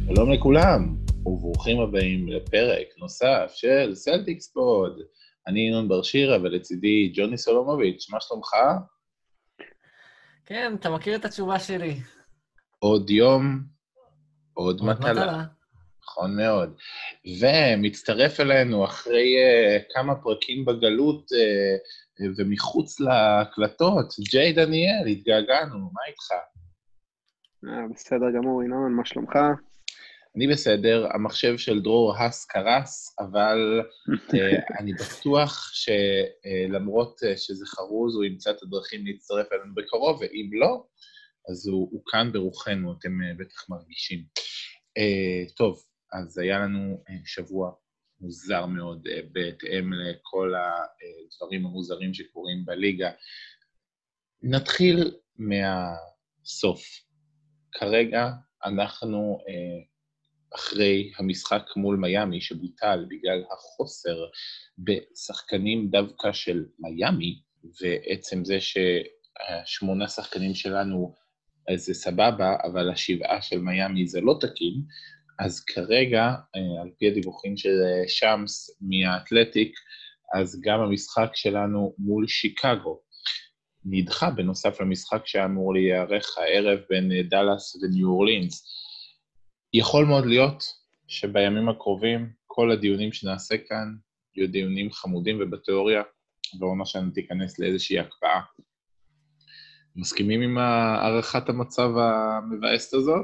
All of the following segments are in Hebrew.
שלום לכולם, וברוכים הבאים לפרק נוסף של סלטיקס פוד. אני ינון בר שירה, ולצידי ג'וני סולומוביץ', מה שלומך? כן, אתה מכיר את התשובה שלי. עוד יום, עוד עוד מטלה. מטלה. נכון מאוד. ומצטרף אלינו אחרי כמה פרקים בגלות ומחוץ להקלטות, ג'יי דניאל, התגעגענו, מה איתך? בסדר גמור, ינון, מה שלומך? אני בסדר, המחשב של דרור הס קרס, אבל אני בטוח שלמרות שזה חרוז, הוא ימצא את הדרכים להצטרף אלינו בקרוב, ואם לא, אז הוא כאן ברוחנו, אתם בטח מרגישים. טוב, אז היה לנו שבוע מוזר מאוד, בהתאם לכל הדברים המוזרים שקורים בליגה. נתחיל מהסוף. כרגע אנחנו אחרי המשחק מול מיאמי שבוטל בגלל החוסר בשחקנים דווקא של מיאמי, ועצם זה ש8 שחקנים שלנו זה סבבה, אבל 7 של מיאמי זה לא תקין, אז כרגע, על פי הדיווחים של שמס מהאתלטיק, אז גם המשחק שלנו מול שיקגו נדחה, בנוסף למשחק שאמור להיערך הערב בין דלס וניו אורלינס. יכול מאוד להיות שבימים הקרובים כל הדיונים שנעשה כאן יהיו דיונים חמודים ובתיאוריה, ואומר שאני תיכנס לאיזושהי הקפאה. מסכימים עם הערכת המצב המבאסת הזאת?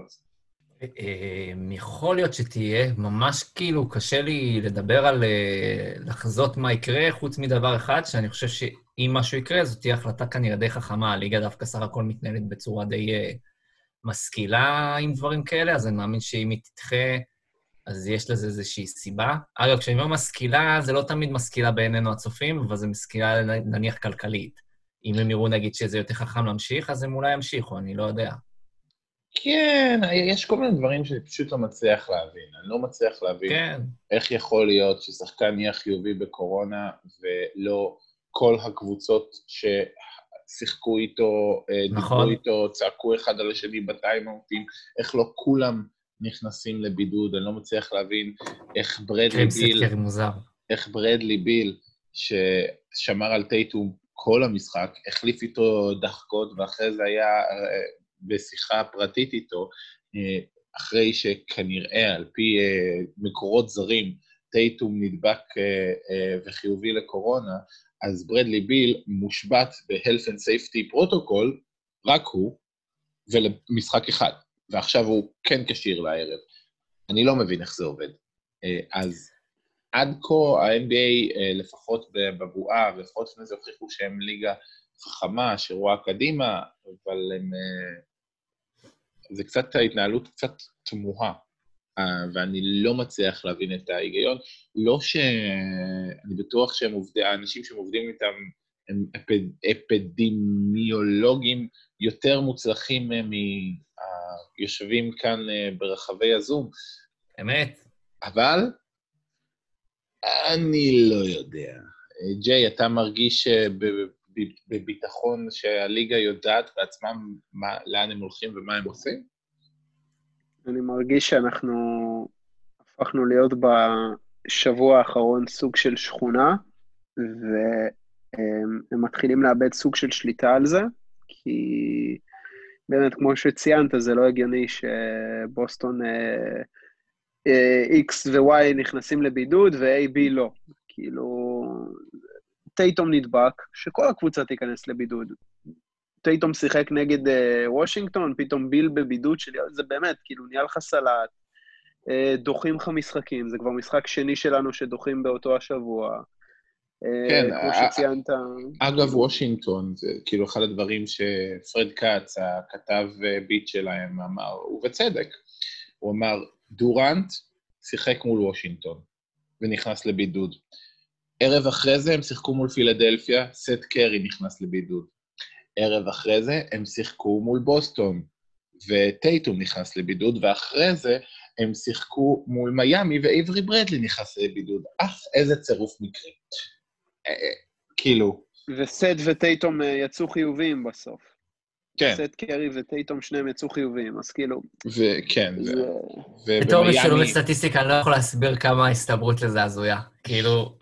יכול להיות שתהיה, ממש כאילו קשה לי לדבר על לחזות מה יקרה, חוץ מדבר אחד, שאני חושב שאם משהו יקרה, זאת תהיה החלטה כנראה די חכמה, הליגה דווקא סך הכל מתנהלת בצורה די משכילה עם דברים כאלה, אז אני מאמין שאם היא תדחה, אז יש לזה איזושהי סיבה. אגב, כשאני אומר משכילה, זה לא תמיד משכילה בעינינו הצופים, אבל זה משכילה נניח כלכלית. אם הם יראו נגיד שזה יותר חכם להמשיך, אז הם אולי ימשיכו, אני לא יודע. כן, יש כל מיני דברים שאני פשוט לא מצליח להבין. אני לא מצליח להבין איך יכול להיות ששחקן יהיה חיובי בקורונה, ולא כל הקבוצות ששיחקו איתו, דיברו איתו, צעקו אחד על השני בטיימאוטים, איך לא כולם נכנסים לבידוד. אני לא מצליח להבין איך ברדלי ביל, ששמר על טייטום כל המשחק, החליף איתו דחקות, ואחרי זה היה בשיחה פרטית איתו, אחרי שכנראה על פי מקורות זרים, טייטום נדבק וחיובי לקורונה, אז ברדלי ביל מושבת ב-Health and Safety Protocol, רק הוא, ולמשחק אחד, ועכשיו הוא כן כשיר לערב. אני לא מבין איך זה עובד. אז עד כה ה-NBA לפחות בבועה, ולפחות לפני זה הוכיחו שהם ליגה חכמה, שרואה קדימה, אבל זה קצת ההתנהלות קצת תמוהה, ואני לא מצליח להבין את ההיגיון. לא שאני בטוח שהם האנשים שהם עובדים איתם הם אפידמיולוגים יותר מוצלחים מיושבים כאן ברחבי הזום. אמת. אבל אני לא יודע. ג'יי, אתה מרגיש בביטחון שהליגה יודעת בעצמם לאן הם הולכים ומה הם עושים? אני מרגיש שאנחנו הפכנו להיות בשבוע האחרון סוג של שכונה, והם מתחילים לאבד סוג של שליטה על זה, כי באמת, כמו שציינת, זה לא הגיוני שבוסטון X ו-Y נכנסים לבידוד ו-AB לא. כאילו, טייטום נדבק, שכל הקבוצה תיכנס לבידוד. טייטום שיחק נגד וושינגטון, פתאום ביל בבידוד שלי, זה באמת, כאילו, נהיה לך סלט, דוחים לך משחקים, זה כבר משחק שני שלנו שדוחים באותו השבוע. כן, כמו שציינת. אגב, וושינגטון, זה כאילו אחד הדברים שפרד קאץ, הכתב ביט שלהם, אמר, ובצדק, הוא אמר, דורנט שיחק מול וושינגטון, ונכנס לבידוד. ערב אחרי זה הם שיחקו מול פילדלפיה, סט קרי נכנס לבידוד. ערב אחרי זה הם שיחקו מול בוסטון, וטייטום נכנס לבידוד, ואחרי זה הם שיחקו מול מיאמי, ואיברי ברדלי נכנס לבידוד. איזה צירוף מקרי. כאילו. וסט וטייטום יצאו חיוביים בסוף. כן. סט קרי וטייטום שניהם יצאו חיוביים, אז כאילו... וכן, בתור מי שלומד סטטיסטיקה, אני לא יכול להסביר כמה ההסתברות לזה הזויה. כאילו...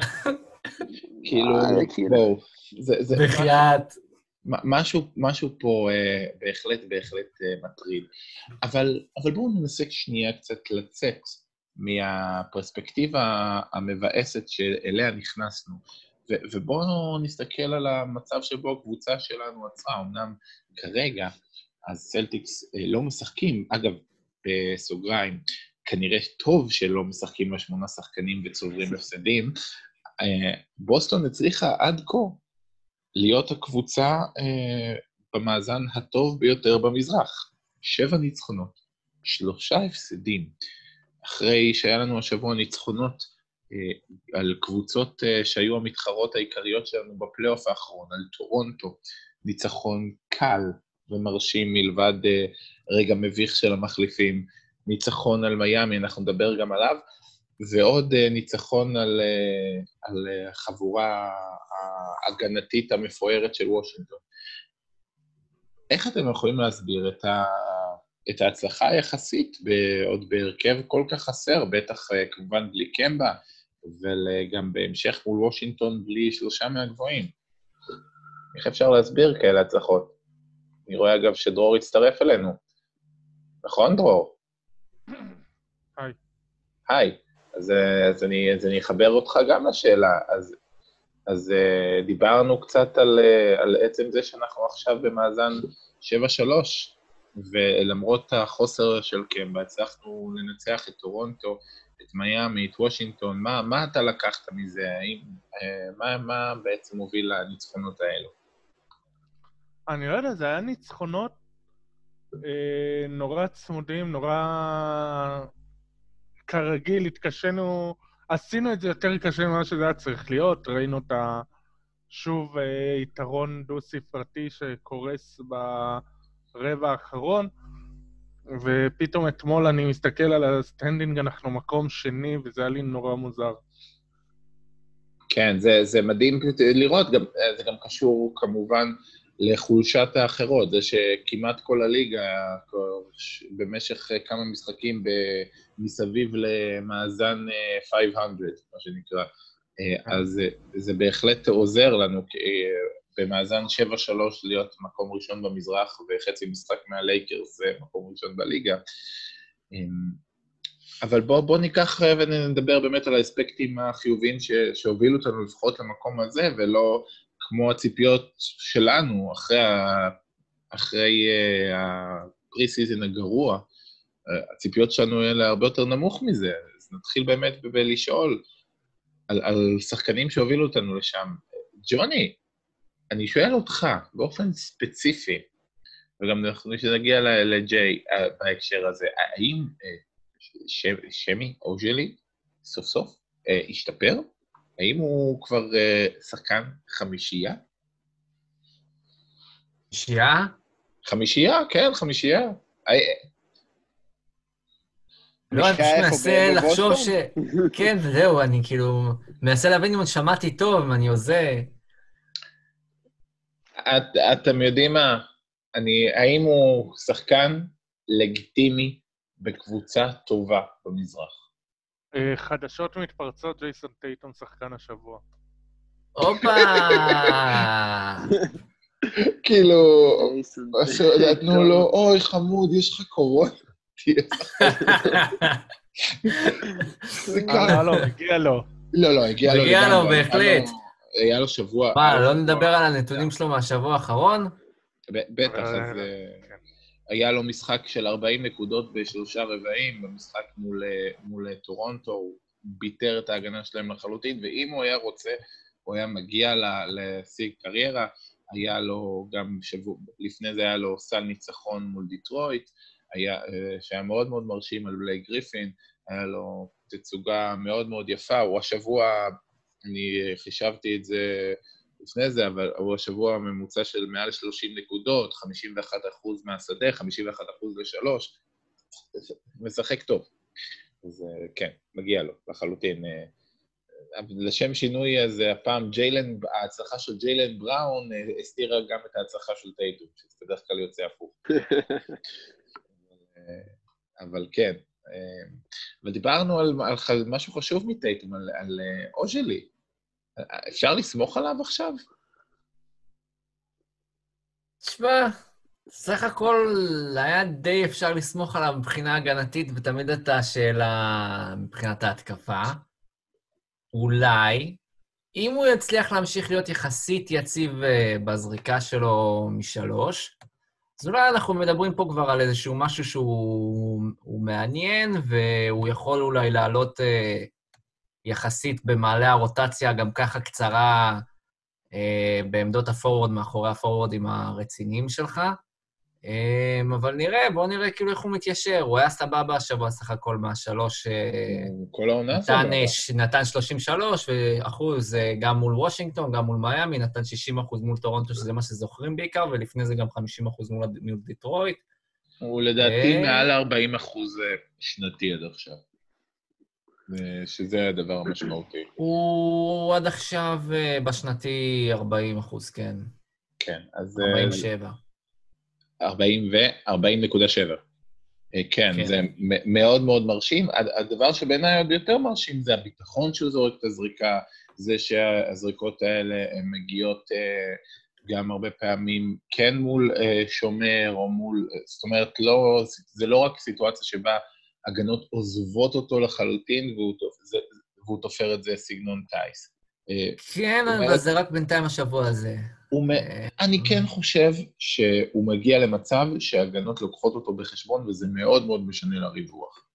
בואו, בחייאת. משהו פה בהחלט מטריד. אבל בואו ננסה שנייה קצת לצאת מהפרספקטיבה המבאסת שאליה נכנסנו, ובואו נסתכל על המצב שבו הקבוצה שלנו עצרה. אמנם כרגע הסלטיקס לא משחקים, אגב, בסוגריים, כנראה טוב שלא משחקים ל8 שחקנים וצוברים הפסדים, בוסטון הצליחה עד כה להיות הקבוצה במאזן הטוב ביותר במזרח. 7 ניצחונות, 3 הפסדים. אחרי שהיה לנו השבוע ניצחונות על קבוצות שהיו המתחרות העיקריות שלנו בפלייאוף האחרון, על טורונטו, ניצחון קל ומרשים מלבד רגע מביך של המחליפים, ניצחון על מיימי, אנחנו נדבר גם עליו, ועוד ניצחון על החבורה ההגנתית המפוארת של וושינגטון. איך אתם יכולים להסביר את ההצלחה היחסית עוד בהרכב כל כך חסר, בטח כמובן בלי קמבה, וגם בהמשך מול וושינגטון בלי 3 מהגבוהים? איך אפשר להסביר כאלה הצלחות? אני רואה אגב שדרור הצטרף אלינו. נכון, דרור? היי. היי. אז אני אחבר אותך גם לשאלה. אז דיברנו קצת על עצם זה שאנחנו עכשיו במאזן 7-3, ולמרות החוסר של קמבה, הצלחנו לנצח את טורונטו, את מיימי, את וושינגטון. מה אתה לקחת מזה? מה בעצם מוביל לניצחונות האלו? אני לא יודע, זה היה ניצחונות נורא צמודים, נורא כרגיל, התקשינו, עשינו את זה יותר קשה ממה שזה היה צריך להיות, ראינו את שוב יתרון דו-ספרתי שקורס ברבע האחרון, ופתאום אתמול אני מסתכל על הסטנדינג, אנחנו מקום שני, וזה היה לי נורא מוזר. כן, זה מדהים לראות, זה גם קשור כמובן לחולשת האחרות, זה שכמעט כל הליגה במשך כמה משחקים מסביב למאזן 500, מה שנקרא, אז זה בהחלט עוזר לנו במאזן 7-3 להיות מקום ראשון במזרח, וחצי משחק מהלייקרס זה מקום ראשון בליגה. אבל בואו ניקח ונדבר באמת על האספקטים החיוביים שהובילו אותנו לפחות למקום הזה, ולא כמו הציפיות שלנו אחרי הפרי-סיזן הגרוע. הציפיות שלנו אלה הרבה יותר נמוך מזה, אז נתחיל באמת בלשאול על שחקנים שהובילו אותנו לשם. ג'וני, אני שואל אותך באופן ספציפי, וגם נגיע לג'יי בהקשר הזה, האם שמי או ג'לי סוף סוף השתפר? האם הוא כבר שחקן חמישייה? חמישייה? חמישייה, כן, חמישייה. לא, אני פשוט מנסה לחשוב כן, זהו, אני כאילו מנסה להבין אם שמעתי טוב, אם אני עוזה. אתם יודעים מה? האם הוא שחקן לגיטימי בקבוצה טובה במזרח? חדשות מתפרצות, ג'ייסון טייטום שחקן השבוע. הופה! כאילו, נתנו לו, אוי חמוד, יש לך קורונה. לא, הגיע לו. לא, הגיע לו. הגיע לו, בהחלט. היה לו שבוע... מה, לא נדבר על הנתונים שלו מהשבוע האחרון? בטח, אז היה לו משחק של 40 נקודות ב3 רבעים, במשחק מול טורונטו, הוא ביטר את ההגנה שלהם לחלוטין, ואם הוא היה רוצה, הוא היה מגיע להשיג קריירה, היה לו גם שבוע, לפני זה היה לו סל ניצחון מול דיטרויט, שהיה מאוד מאוד מרשים על בלייק גריפין, היה לו תצוגה מאוד מאוד יפה, הוא השבוע, אני חישבתי את זה לפני זה, אבל הוא השבוע ממוצע של מעל 30 נקודות, 51% מהשדה, 51% ל3, משחק טוב. אז כן, מגיע לו, לחלוטין. לשם שינוי, אז הפעם ההצלחה של ג'יילן בראון הסתירה גם את ההצלחה של טייטום, שזה בדרך כלל יוצא הפוך. אבל כן. ודיברנו על משהו חשוב מטייטום, על אוז'לי. אפשר לסמוך עליו עכשיו? תשמע, סך הכל היה די אפשר לסמוך עליו מבחינה הגנתית, ותמיד הייתה שאלה מבחינת ההתקפה. אולי, אם הוא יצליח להמשיך להיות יחסית יציב בזריקה שלו משלוש, אז אולי אנחנו מדברים פה כבר על איזשהו משהו שהוא מעניין, והוא יכול אולי לעלות יחסית במעלה הרוטציה, גם ככה קצרה בעמדות הפורוורד, מאחורי הפורוורדים הרציניים שלך. אבל בואו נראה כאילו איך הוא מתיישר. הוא היה סבבה השבוע סך הכל מהשלוש. כל העונה סבבה. נתן 33 ואחוז גם מול וושינגטון, גם מול מיאמי, נתן 60% מול טורונטו, שזה מה שזוכרים בעיקר, ולפני זה גם 50% מול דיטרויט. הוא לדעתי מעל 40% שנתי עד עכשיו. שזה הדבר המשמעותי. הוא עד עכשיו בשנתי 40%, כן. כן, אז... 47. 40.7. כן, זה מאוד מאוד מרשים. הדבר שבעיניי עוד יותר מרשים זה הביטחון שהוא זורק את הזריקה, זה שהזריקות האלה הן מגיעות גם הרבה פעמים כן מול שומר או מול... זאת אומרת, זה לא רק סיטואציה שבה הגנות עוזבות אותו לחלוטין והוא תופר את זה סגנון טייס. כן, אבל זה רק בינתיים השבוע הזה. אני כן חושב שהוא מגיע למצב שהגנות לוקחות אותו בחשבון, וזה מאוד מאוד משנה לריווח.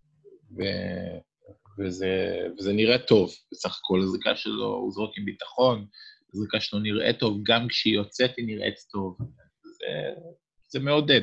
וזה נראה טוב, בסך הכל הזריקה שלו, הוא זרוק עם ביטחון, הזריקה שלו נראה טוב, גם כשהיא יוצאת היא נראית טוב. זה מעודד.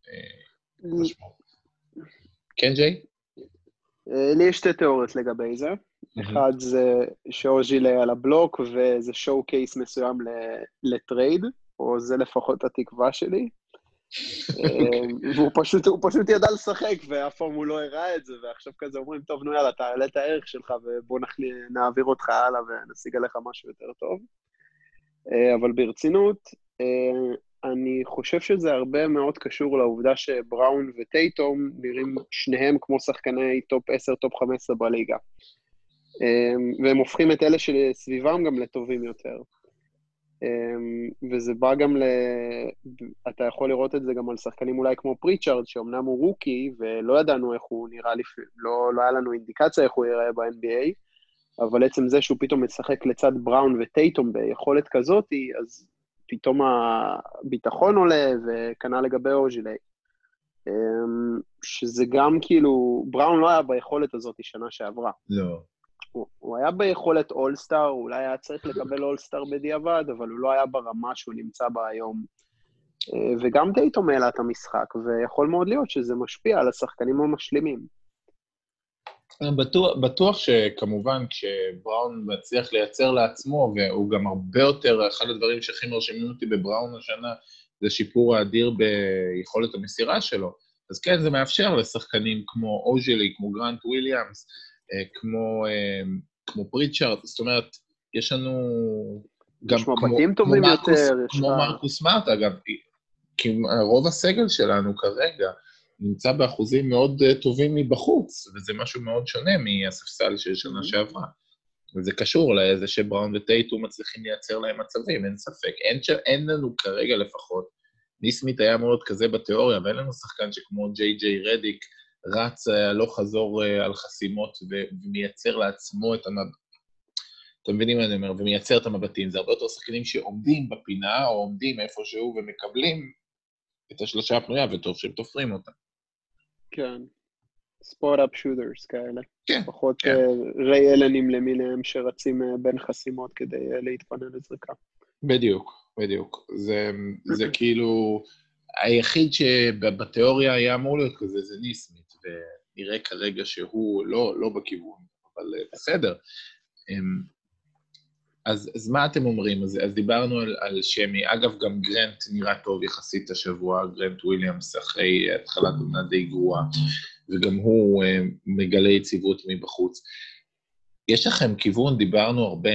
כן, ג'יי? לי יש שתי תיאוריות לגבי זה. אחד זה שאוז'ילי על הבלוק, וזה שואו קייס מסוים לטרייד, או זה לפחות התקווה שלי. והוא פשוט ידע לשחק, ואף פעם הוא לא הראה את זה, ועכשיו כזה אומרים, טוב, נו יאללה, תעלה את הערך שלך, ובוא נעביר אותך הלאה, ונשיג עליך משהו יותר טוב. אבל ברצינות, אני חושב שזה הרבה מאוד קשור לעובדה שבראון וטייטום נראים שניהם כמו שחקני טופ 10, טופ 15 בליגה. והם הופכים את אלה שסביבם גם לטובים יותר. וזה בא גם אתה יכול לראות את זה גם על שחקנים אולי כמו פריצ'ארד, שאומנם הוא רוקי, ולא ידענו איך הוא נראה, לא היה לנו אינדיקציה איך הוא יראה ב-NBA, אבל עצם זה שהוא פתאום משחק לצד בראון וטייטום ביכולת כזאת, אז פתאום הביטחון עולה, וכנ"ל לגבי אוז'ילי. שזה גם כאילו, בראון לא היה ביכולת הזאת שנה שעברה. לא. הוא היה ביכולת אולסטאר, אולי היה צריך לקבל אולסטאר בדיעבד, אבל הוא לא היה ברמה שהוא נמצא בה היום. וגם טייטום העלה את המשחק, ויכול מאוד להיות שזה משפיע על השחקנים המשלימים. בטוח שכמובן כשבראון מצליח לייצר לעצמו, והוא גם הרבה יותר, אחד הדברים שהכי מרשימים אותי בבראון השנה, זה שיפור האדיר ביכולת המסירה שלו. אז כן, זה מאפשר לשחקנים כמו אוז'ילי, כמו גרנט וויליאמס, כמו פריצ'ארד, זאת אומרת, יש לנו גם כמו מרקוס סמארט, אגב, כי רוב הסגל שלנו כרגע נמצא באחוזים מאוד טובים מבחוץ, וזה משהו מאוד שונה מהספסל של שנה שעברה. וזה קשור לזה שבראון וטייטום מצליחים לייצר להם מצבים, אין ספק. אין לנו כרגע לפחות, ניסמית היה מאוד כזה בתיאוריה, ואין לנו שחקן שכמו ג'יי רדיק, רץ הלוך חזור על חסימות ומייצר לעצמו את המבטים. אתם מבינים מה אני אומר? ומייצר את המבטים. זה הרבה יותר שחקנים שעומדים בפינה, או עומדים איפשהו ומקבלים את השלושה הפנויה, וטוב שהם תופרים אותה. כן. ספוט-אפ שוטרס כאלה. כן. פחות ריי אלנים למיניהם שרצים בין חסימות כדי להתפנן לזריקה. בדיוק. זה כאילו... היחיד שבתיאוריה היה אמור להיות כזה, זה ניסמית, ונראה כרגע שהוא לא בכיוון, אבל בסדר. אז מה אתם אומרים? אז דיברנו על שמי, אגב גם גרנט נראה טוב יחסית השבוע, גרנט וויליאמס אחרי התחלת עונה די גרועה, וגם הוא מגלה יציבות מבחוץ. יש לכם כיוון, דיברנו הרבה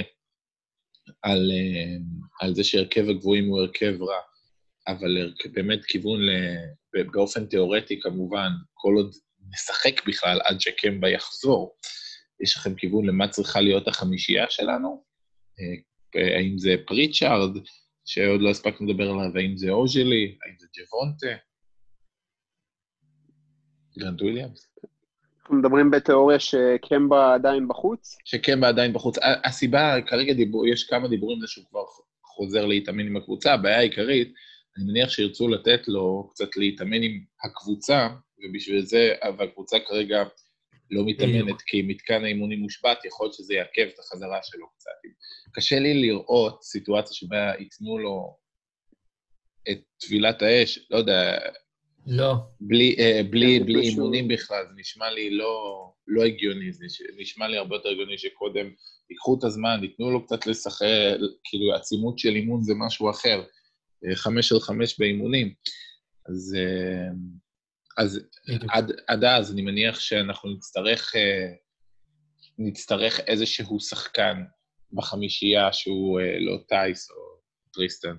על זה שהרכב הגבוהים הוא הרכב רע, אבל באמת כיוון באופן תיאורטי כמובן, כל עוד נשחק בכלל עד שקמבה יחזור, יש לכם כיוון למה צריכה להיות החמישייה שלנו? האם זה פריצ'ארד, שעוד לא הספקנו לדבר עליו, האם זה אוז'לי, האם זה ג'וונטה? גרנט וויליאמס. אנחנו מדברים בתיאוריה שקמבה עדיין בחוץ? שקמבה עדיין בחוץ. הסיבה, כרגע יש כמה דיבורים לזה שהוא כבר חוזר להתאמן עם הקבוצה, הבעיה העיקרית, אני מניח שירצו לתת לו קצת להתאמן עם הקבוצה, ובשביל זה, והקבוצה כרגע לא מתאמנת, כי מתקן האימונים מושבת, יכול להיות שזה יעכב את החזרה שלו קצת. קשה לי לראות סיטואציה שבה ייתנו לו את טבילת האש, לא יודע, לא. בלי אימונים בכלל, זה נשמע לי לא הגיוני, זה נשמע לי הרבה יותר הגיוני שקודם ייקחו את הזמן, ייתנו לו קצת לשחק, כאילו העצימות של אימון זה משהו אחר, 5-5 באימונים, אז עד אז אני מניח שאנחנו נצטרך איזשהו שחקן בחמישייה שהוא לא טייס או טריסטן,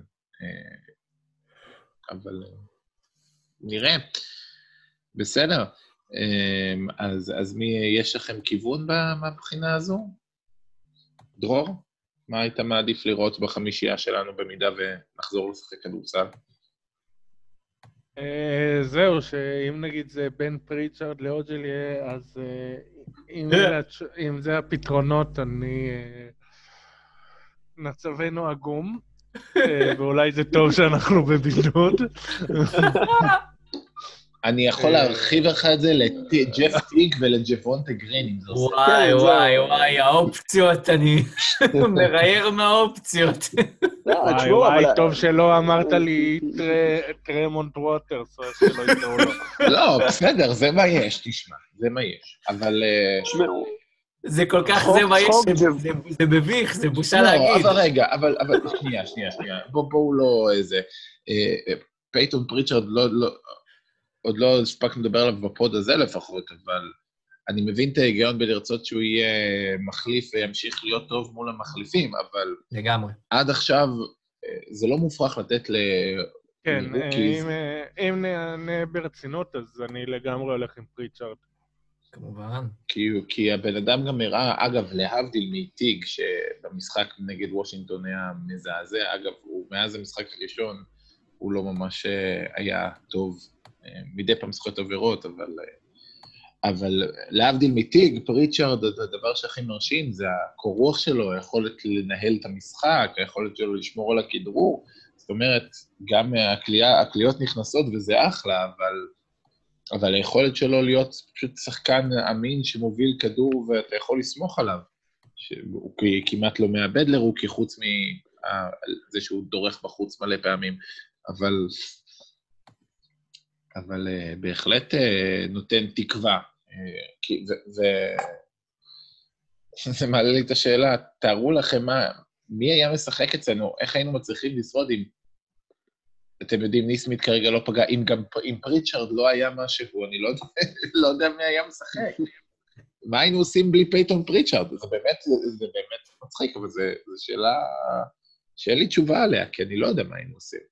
אבל נראה. בסדר. אז יש לכם כיוון מהבחינה הזו? דרור? מה היית מעדיף לראות בחמישייה שלנו במידה ונחזור לשחק כדורסל? זהו, שאם נגיד זה בין פריצ'ארד לאוג'לי, אז אם זה הפתרונות, מצבנו עגום, ואולי זה טוב שאנחנו בבידוד. אני יכול להרחיב לך את זה לג'ף טיג ולג'וונטה גרין, אם זה עושה. וואי, האופציות, אני מראייר מהאופציות. וואי, טוב שלא אמרת לי טרמונט ווטרס, שלא יקראו לו. לא, בסדר, זה מה יש, תשמע, זה מה יש. אבל... זה כל כך זה מה יש, זה מביך, זה בושה להגיד. לא, אבל רגע, אבל שנייה, בואו לא איזה... פייטון פריצ'ארד עוד לא הספקנו לדבר עליו בפוד הזה לפחות, אבל אני מבין את ההיגיון בלרצות שהוא יהיה מחליף וימשיך להיות טוב מול המחליפים, אבל... לגמרי. עד עכשיו זה לא מופרך לתת כן, אם נענה ברצינות, אז אני לגמרי הולך עם פריצ'ארד. כמובן. כי הבן אדם גם הראה, אגב, להבדיל מטיג, שבמשחק נגד וושינגטון היה מזעזע, אגב, מאז המשחק הראשון, הוא לא ממש היה טוב, מדי פעם זכויות עבירות, אבל להבדיל מטיג, פריצ'ארד, הדבר שהכי מרשים זה הקור רוח שלו, היכולת לנהל את המשחק, היכולת שלו לשמור על הכדרור, זאת אומרת, גם הקליעות נכנסות וזה אחלה, אבל היכולת שלו להיות פשוט שחקן אמין שמוביל כדור ואתה יכול לסמוך עליו, שהוא כמעט לא מאבד לרוקי חוץ מזה שהוא דורך בחוץ מלא פעמים, אבל בהחלט נותן תקווה, וזה מעלה לי את השאלה, תארו לכם מי היה משחק אצלנו, איך היינו מצליחים לשרוד אם, אתם יודעים, ניסמית כרגע לא פגע, אם פריצ'ארד לא היה משהו, אני לא יודע מי היה משחק. מה היינו עושים בלי פייטון פריצ'ארד? זה באמת מצחיק, אבל זו שאלה שאין לי תשובה עליה, כי אני לא יודע מה היינו עושים.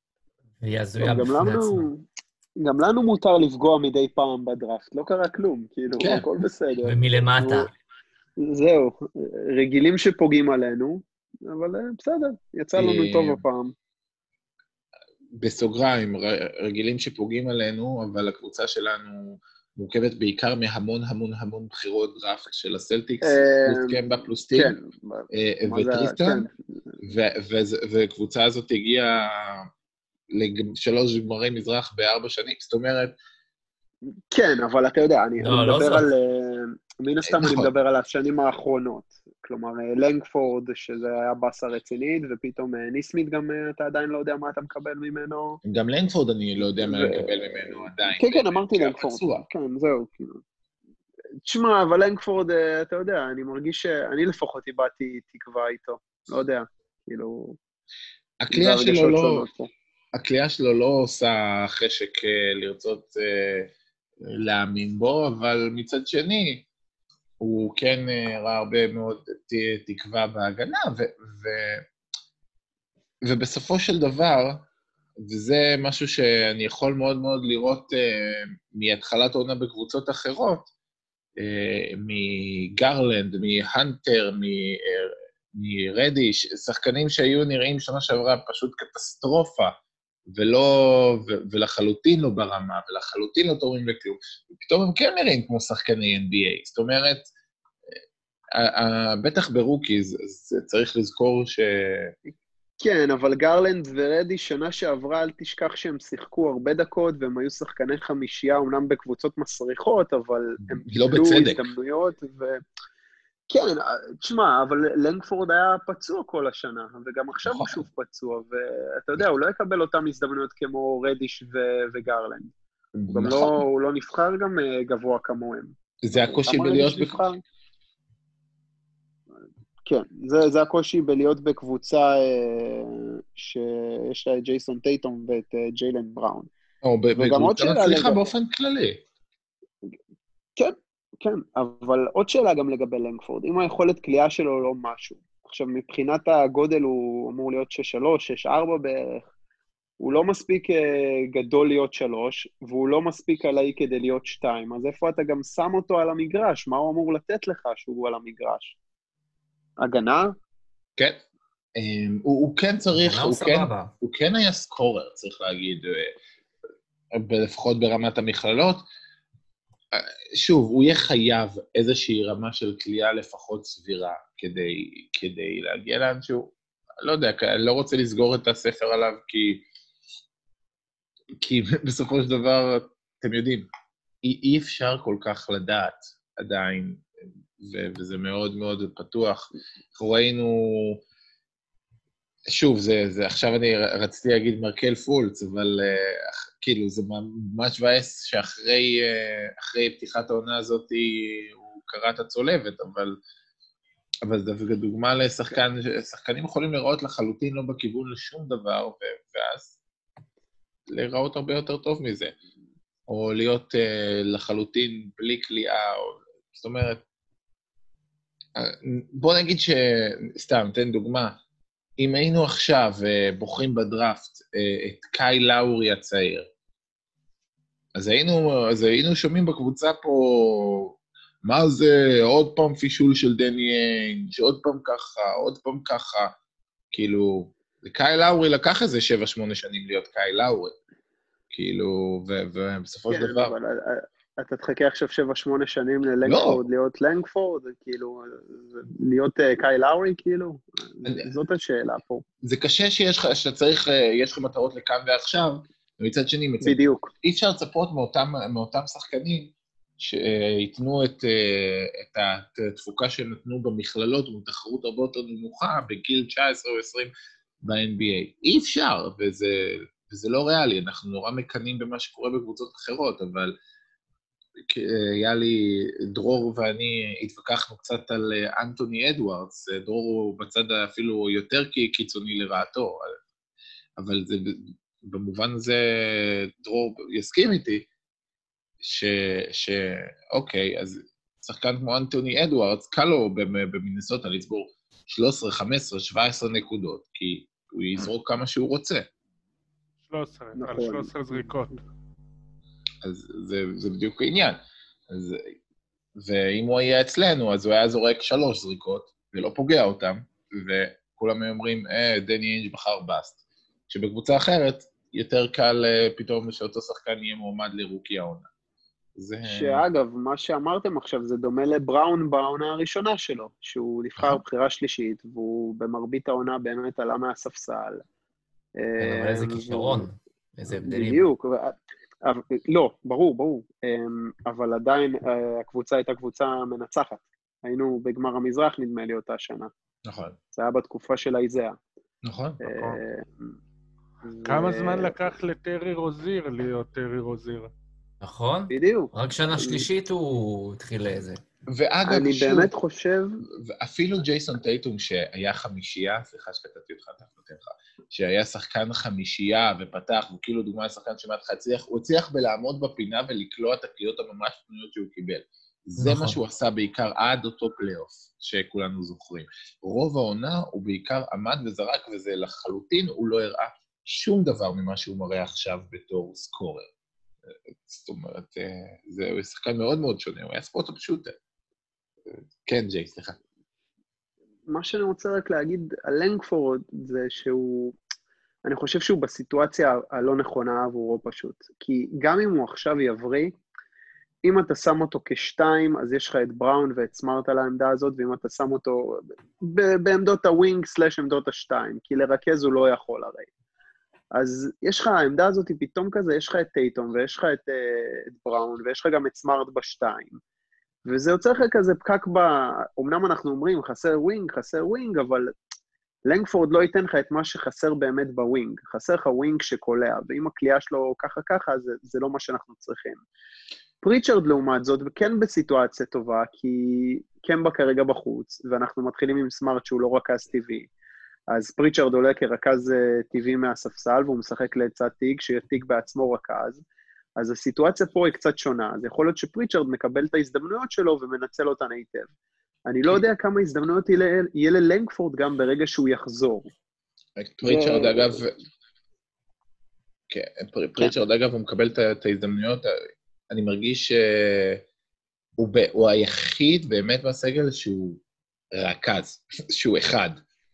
גם לנו מותר לפגוע מדי פעם בדראפט, לא קרה כלום, כאילו, הכל בסדר. ומלמטה. זהו, רגילים שפוגעים עלינו, אבל בסדר, יצא לנו טוב הפעם. בסוגריים, רגילים שפוגעים עלינו, אבל הקבוצה שלנו מורכבת בעיקר מהמון המון המון בחירות דראפט של הסלטיקס, פלוס קמבה פלוס טיג, וטריסטן, והקבוצה הזאת הגיעה ל3 גמרי מזרח ב4 שנים, זאת אומרת... כן, אבל אתה יודע, אני מדבר על... מן הסתם אני מדבר על השנים האחרונות, כלומר, לנגפורד, שזה היה בסה רצינית, ופתאום ניסמית גם אתה עדיין לא יודע מה אתה מקבל ממנו. גם לנגפורד אני לא יודע מה לקבל ממנו עדיין. כן, אמרתי לנגפורד. כן, זהו, כאילו. תשמע, אבל לנגפורד, אתה יודע, אני מרגיש שאני לפחות איבדתי תקווה איתו, לא יודע, כאילו... הקליעה שלו לא עושה חשק לרצות להאמין בו, אבל מצד שני, הוא כן ראה הרבה מאוד תקווה בהגנה, ובסופו של דבר, וזה משהו שאני יכול מאוד מאוד לראות מהתחלת העונה בקבוצות אחרות, מגרלנד, מהנטר, מרדיש, שחקנים שהיו נראים שנה שעברה פשוט קטסטרופה, ולחלוטין לא ברמה, ולחלוטין לא תורמים לכלום, ופתאום הם כן נראים כמו שחקני NBA, זאת אומרת, בטח ברוקיז, צריך לזכור כן, אבל גרלנד ורדי שנה שעברה, אל תשכח שהם שיחקו הרבה דקות, והם היו שחקני חמישייה, אומנם בקבוצות מסריחות, אבל הם לא קיבלו בצדק. הזדמנויות, כן, תשמע, אבל לנגפורד היה פצוע כל השנה, וגם עכשיו הוא שוב פצוע, ואתה יודע, הוא לא יקבל אותם הזדמנויות כמו רדיש וגרלנד. הוא גם לא נבחר גם גבוה כמוהם. זה הקושי בלהיות כן, זה הקושי בלהיות בקבוצה שיש לה את ג'ייסון טייטום ואת ג'יילן בראון. או בקבוצה מצליחה באופן כללי. כן, כן, אבל עוד שאלה גם לגבי לנגפורד. אם היכולת קליעה שלו לא משהו. עכשיו, מבחינת הגודל הוא אמור להיות 6-3, 6-4 בערך. הוא לא מספיק גדול להיות 3, והוא לא מספיק עליי כדי להיות 2. אז איפה אתה גם שם אותו על המגרש? מה הוא אמור לתת לך שהוא על המגרש? הגנה? כן. הוא כן צריך, הוא כן היה סקורר, צריך להגיד, לפחות ברמת המכללות. שוב, הוא יהיה חייב איזושהי רמה של קליעה לפחות סבירה, כדי להגיע לאן שהוא, לא יודע, אני לא רוצה לסגור את הספר עליו, כי בסופו של דבר, אתם יודעים, אי אפשר כל כך לדעת עדיין, וזה מאוד מאוד פתוח. אנחנו ראינו, שוב, עכשיו אני רציתי להגיד מרקל פולץ, אבל כאילו, זה ממש מבאס שאחרי פתיחת העונה הזאת הוא קרא את הצולבת, אבל זה דוגמה שחקנים יכולים לראות לחלוטין לא בכיוון לשום דבר, ואז להיראות הרבה יותר טוב מזה, או להיות לחלוטין בלי קליעה, זאת אומרת, בוא נגיד סתם, תן דוגמה, אם היינו עכשיו בוחרים בדראפט את קאי לאורי הצעיר, אז היינו שומעים בקבוצה פה, מה זה, עוד פעם פישול של דני איינג', עוד פעם ככה, כאילו, קאי לאורי לקח איזה 7-8 שנים להיות קאי לאורי, כאילו, ובסופו של דבר... אתה תחכה עכשיו 7-8 שנים ללנגפורד, להיות לנגפורד, כאילו, להיות קאי לאורי, כאילו? זאת השאלה פה. זה קשה שאתה צריך, יש לך מטרות לכאן ועכשיו, ומצד שני, בדיוק. אי אפשר לצפות מאותם שחקנים שיתנו את התפוקה שהם נתנו במכללות, ובתחרות הרבה יותר נמוכה, בגיל 19 או 20 ב-NBA. אי אפשר, וזה לא ריאלי, אנחנו נורא מקנים במה שקורה בקבוצות אחרות, אבל... היה לי, דרור ואני התווכחנו קצת על אנטוני אדוארדס, דרור הוא בצד אפילו יותר קיצוני לרעתו, אבל זה, במובן הזה דרור יסכים איתי, אוקיי, אז שחקן כמו אנטוני אדוארדס, קל לו במינסוטה לצבור 13, 15, 17 נקודות, כי הוא יזרוק כמה שהוא רוצה. 13, על 13 זריקות. אז זה בדיוק העניין. ואם הוא היה אצלנו, אז הוא היה זורק 3 זריקות, ולא פוגע אותם, וכולם אומרים, דני איינג' בחר בסט. שבקבוצה אחרת, יותר קל פתאום שאותו שחקן יהיה מועמד לרוקי העונה. שאגב, מה שאמרתם עכשיו, זה דומה לבראון בעונה הראשונה שלו, שהוא נבחר בחירה שלישית, והוא במרבית העונה באמת עלה מהספסל. אבל איזה כישרון, איזה הבדלים. בדיוק, לא, ברור, אבל עדיין הקבוצה הייתה קבוצה מנצחת. היינו בגמר המזרח, נדמה לי אותה שנה. נכון. זה היה בתקופה של האיזאה. נכון. כמה זמן לקח לטרי רוזיר להיות טרי רוזיר? נכון? בדיוק. רק שנה שלישית הוא התחיל לזה. ואגב, אני באמת חושב... אפילו ג'ייסון טייטום שהיה חמישייה, סליחה שקטעתי אותך, שהיה שחקן חמישייה ופתח, הוא כאילו דוגמה לשחקן שמעט הצליח, הוא הצליח בלעמוד בפינה ולקלוע את הקליעות הממש פנויות שהוא קיבל. זה נכון. מה שהוא עשה בעיקר עד אותו פלייאוף, שכולנו זוכרים. רוב העונה הוא בעיקר עמד וזרק, וזה לחלוטין, הוא לא הראה שום דבר ממה שהוא מראה עכשיו בתור סקורר. זאת אומרת, זה שחקן מאוד מאוד שונה, הוא היה ספורט פשוטר. כן, ג'יי, סליחה. מה שאני רוצה רק להגיד על לנגפורד זה שהוא, אני חושב שהוא בסיטואציה הלא נכונה עבורו פשוט. כי גם אם הוא עכשיו יבריא, אם אתה שם אותו כשתיים, אז יש לך את בראון ואת סמארט על העמדה הזאת, ואם אתה שם אותו בעמדות הווינג סלש עמדות השתיים, כי לרכז הוא לא יכול הרי. אז יש לך, העמדה הזאת היא פתאום כזה, יש לך את טייטום, ויש לך את בראון, ויש לך גם את סמארט בשתיים. וזה יוצא לך כזה פקק אמנם אנחנו אומרים, חסר ווינג, אבל לנגפורד לא ייתן לך את מה שחסר באמת בווינג. חסר לך ווינג שקולע, ואם הקליעה שלו ככה, זה לא מה שאנחנו צריכים. פריצ'רד לעומת זאת, וכן בסיטואציה טובה, כי קמבה כרגע בחוץ, ואנחנו מתחילים עם סמארט שהוא לא רכז טבעי. אז פריצ'רד עולה כרכז טבעי מהספסל, והוא משחק לצד טיג, שיהיה בעצמו רכז. אז הסיטואציה פה היא קצת שונה, אז יכול להיות שפריצ'רד מקבל את ההזדמנויות שלו ומנצל אותן היטב. אני לא יודע כמה הזדמנויות יהיה ללנגפורד גם ברגע שהוא יחזור. פריצ'רד אגב, כן, פריצ'רד אגב הוא מקבל את ההזדמנויות, אני מרגיש שהוא היחיד באמת בסגל שהוא רכז, שהוא אחד.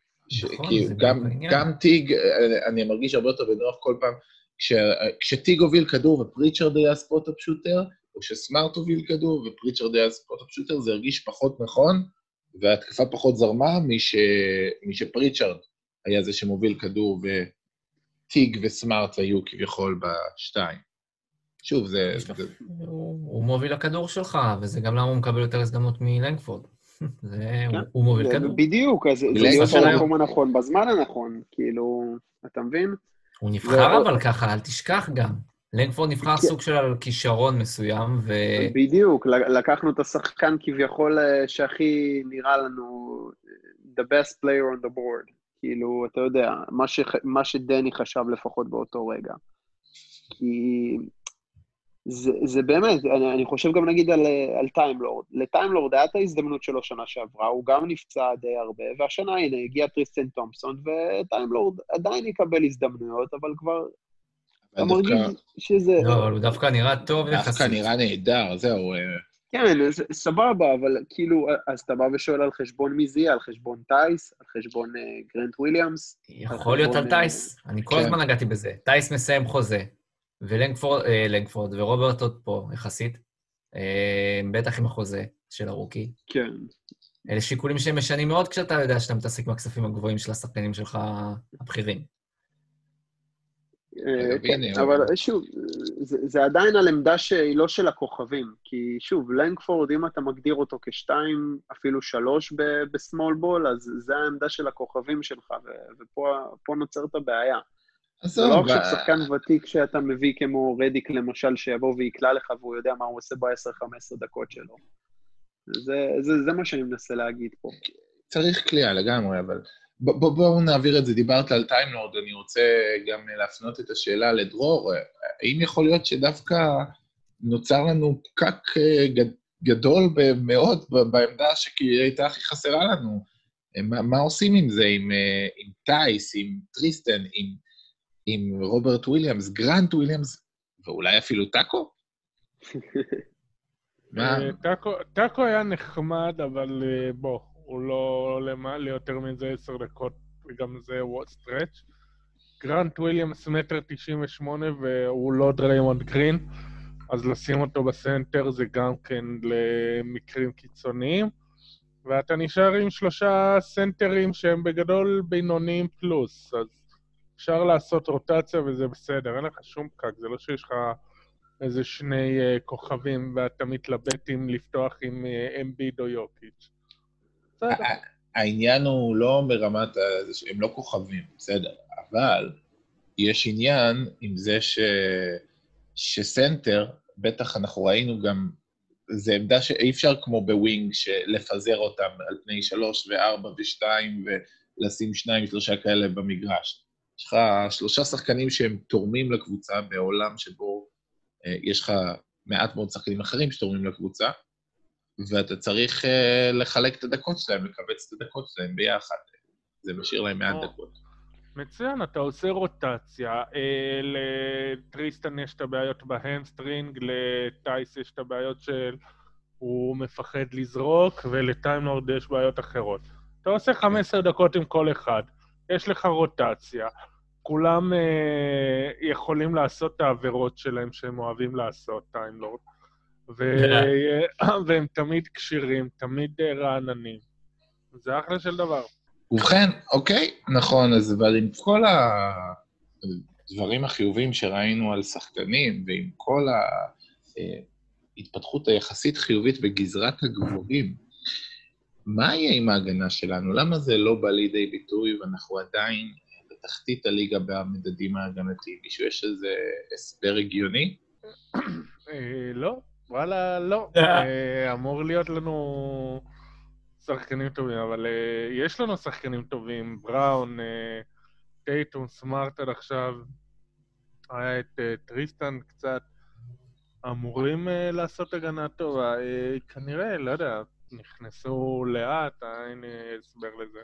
גם טיג, אני מרגיש הרבה יותר בנוח כל פעם, כשטיג הוביל כדור ופריצ'רד היה ספוט הפשוטר, או שסמארט הוביל כדור ופריצ'רד היה ספוט הפשוטר, זה הרגיש פחות נכון, וההתקפה פחות זרמה משפריצ'רד היה זה שמוביל כדור, וטיג וסמארט היו כביכול בשתיים. שוב, הוא מוביל הכדור שלך, וזה גם למה הוא מקבל יותר הזדמנות מלנגפורד. הוא מוביל כדור. בדיוק, אז זה להיות במקום הנכון, בזמן הנכון, כאילו, אתה מבין? הוא נבחר אבל ככה, אל תשכח גם. לנגפורד נבחר סוג של כישרון מסוים, ו... בדיוק, לקחנו את השחקן כביכול שהכי נראה לנו the best player on the board. כאילו, אתה יודע, מה שדני חשב לפחות באותו רגע. כי זה באמת, אני חושב גם נגיד על טיימלורד. לטיימלורד היה את ההזדמנות שלו שנה שעברה, הוא גם נפצע די הרבה, והשנה הנה הגיע טריסטן תומפסון, וטיימלורד עדיין יקבל הזדמנויות, אבל כבר... אתה מרגיש שזה... לא, אבל הוא דווקא נראה טוב יחסית. דווקא נראה נהדר, זהו. כן, סבבה, אבל כאילו, אז אתה בא ושואל על חשבון מי זה יהיה, על חשבון טייס, על חשבון גרנט וויליאמס. יכול להיות על טייס, אני כל הזמן נגעתי בזה. טייס מסיים חוזה, ולנגפורד ורוברט עוד פה, יחסית, בטח עם החוזה של הרוקי. כן. אלה שיקולים שהם משנים מאוד כשאתה יודע שאתה מתעסק מהכספים הגבוהים של השחקנים שלך הבכירים. אבל שוב, זה עדיין על עמדה שהיא לא של הכוכבים, כי שוב, לנגפורד, אם אתה מגדיר אותו כשתיים, אפילו שלוש בסמול בול, אז זה העמדה של הכוכבים שלך, ופה נוצרת הבעיה. זה לא עכשיו שחקן ותיק שאתה מביא כמו רדיק למשל, שיבוא ויקלה לך, והוא יודע מה הוא עושה ב-10-15 דקות שלו. זה מה שאני מנסה להגיד פה. צריך קליעה לגמרי, אבל... בואו נעביר את זה, דיברת על טיימלורד, אני רוצה גם להפנות את השאלה לדרור, האם יכול להיות שדווקא נוצר לנו פקק גדול מאוד בעמדה שהייתה הכי חסרה לנו? מה עושים עם זה, עם טייס, עם טריסטן, עם רוברט וויליאמס, גרנט וויליאמס, ואולי אפילו טאקו? טאקו היה נחמד, אבל בוא. הוא לא עולה ליותר מזה 10 דקות, וגם זה סטרץ'. גרנט וויליאמס 1.98 והוא לא דריימונד גרין, אז לשים אותו בסנטר זה גם כן למקרים קיצוניים, ואתה נשאר עם 3 סנטרים שהם בגדול בינוניים פלוס, אז אפשר לעשות רוטציה וזה בסדר, אין לך שום פקק, זה לא שיש לך איזה 2 כוכבים ואתה מתלבט אם לפתוח עם אמביד או יוקיץ'. העניין הוא לא ברמת, הם לא כוכבים, בסדר, אבל יש עניין עם זה שסנטר, בטח אנחנו ראינו גם, זה עמדה שאי אפשר כמו בווינג, לפזר אותם על פני 3 ו4 ו2 ולשים 2-3 כאלה במגרש. יש לך 3 שחקנים שהם תורמים לקבוצה בעולם שבו יש לך מעט מאוד שחקנים אחרים שתורמים לקבוצה, ואתה צריך לחלק את הדקות שלהם, לקבץ את הדקות שלהם ביחד. זה משאיר להם מעט דקות. מצוין, אתה עושה רוטציה. לטריסטן יש את הבעיות בהמסטרינג, לטייס יש את הבעיות של הוא מפחד לזרוק, ולטיימלורד יש בעיות אחרות. אתה עושה 15 דקות עם כל אחד, יש לך רוטציה, כולם יכולים לעשות את העבירות שלהם שהם אוהבים לעשות, טיימלורד, והם תמיד קשירים, תמיד רעננים. זה אחלה של דבר. ובכן, אוקיי, נכון, אז אבל עם כל הדברים החיובים שראינו על שחקנים, ועם כל ההתפתחות היחסית חיובית בגזרת הגבוהים, מה יהיה עם ההגנה שלנו? למה זה לא בא לידי ביטוי, ואנחנו עדיין בתחתית הליגה במדדים ההגנתיים? מישהו יש איזה הסבר הגיוני? לא, וואלה, לא. אמור להיות לנו שחקנים טובים, אבל יש לנו שחקנים טובים, בראון, טייטום, סמארט עד עכשיו, היה את טריסטן קצת, אמורים לעשות הגנה טובה, כנראה, לא יודע, נכנסו לאט, אין הסבר לזה.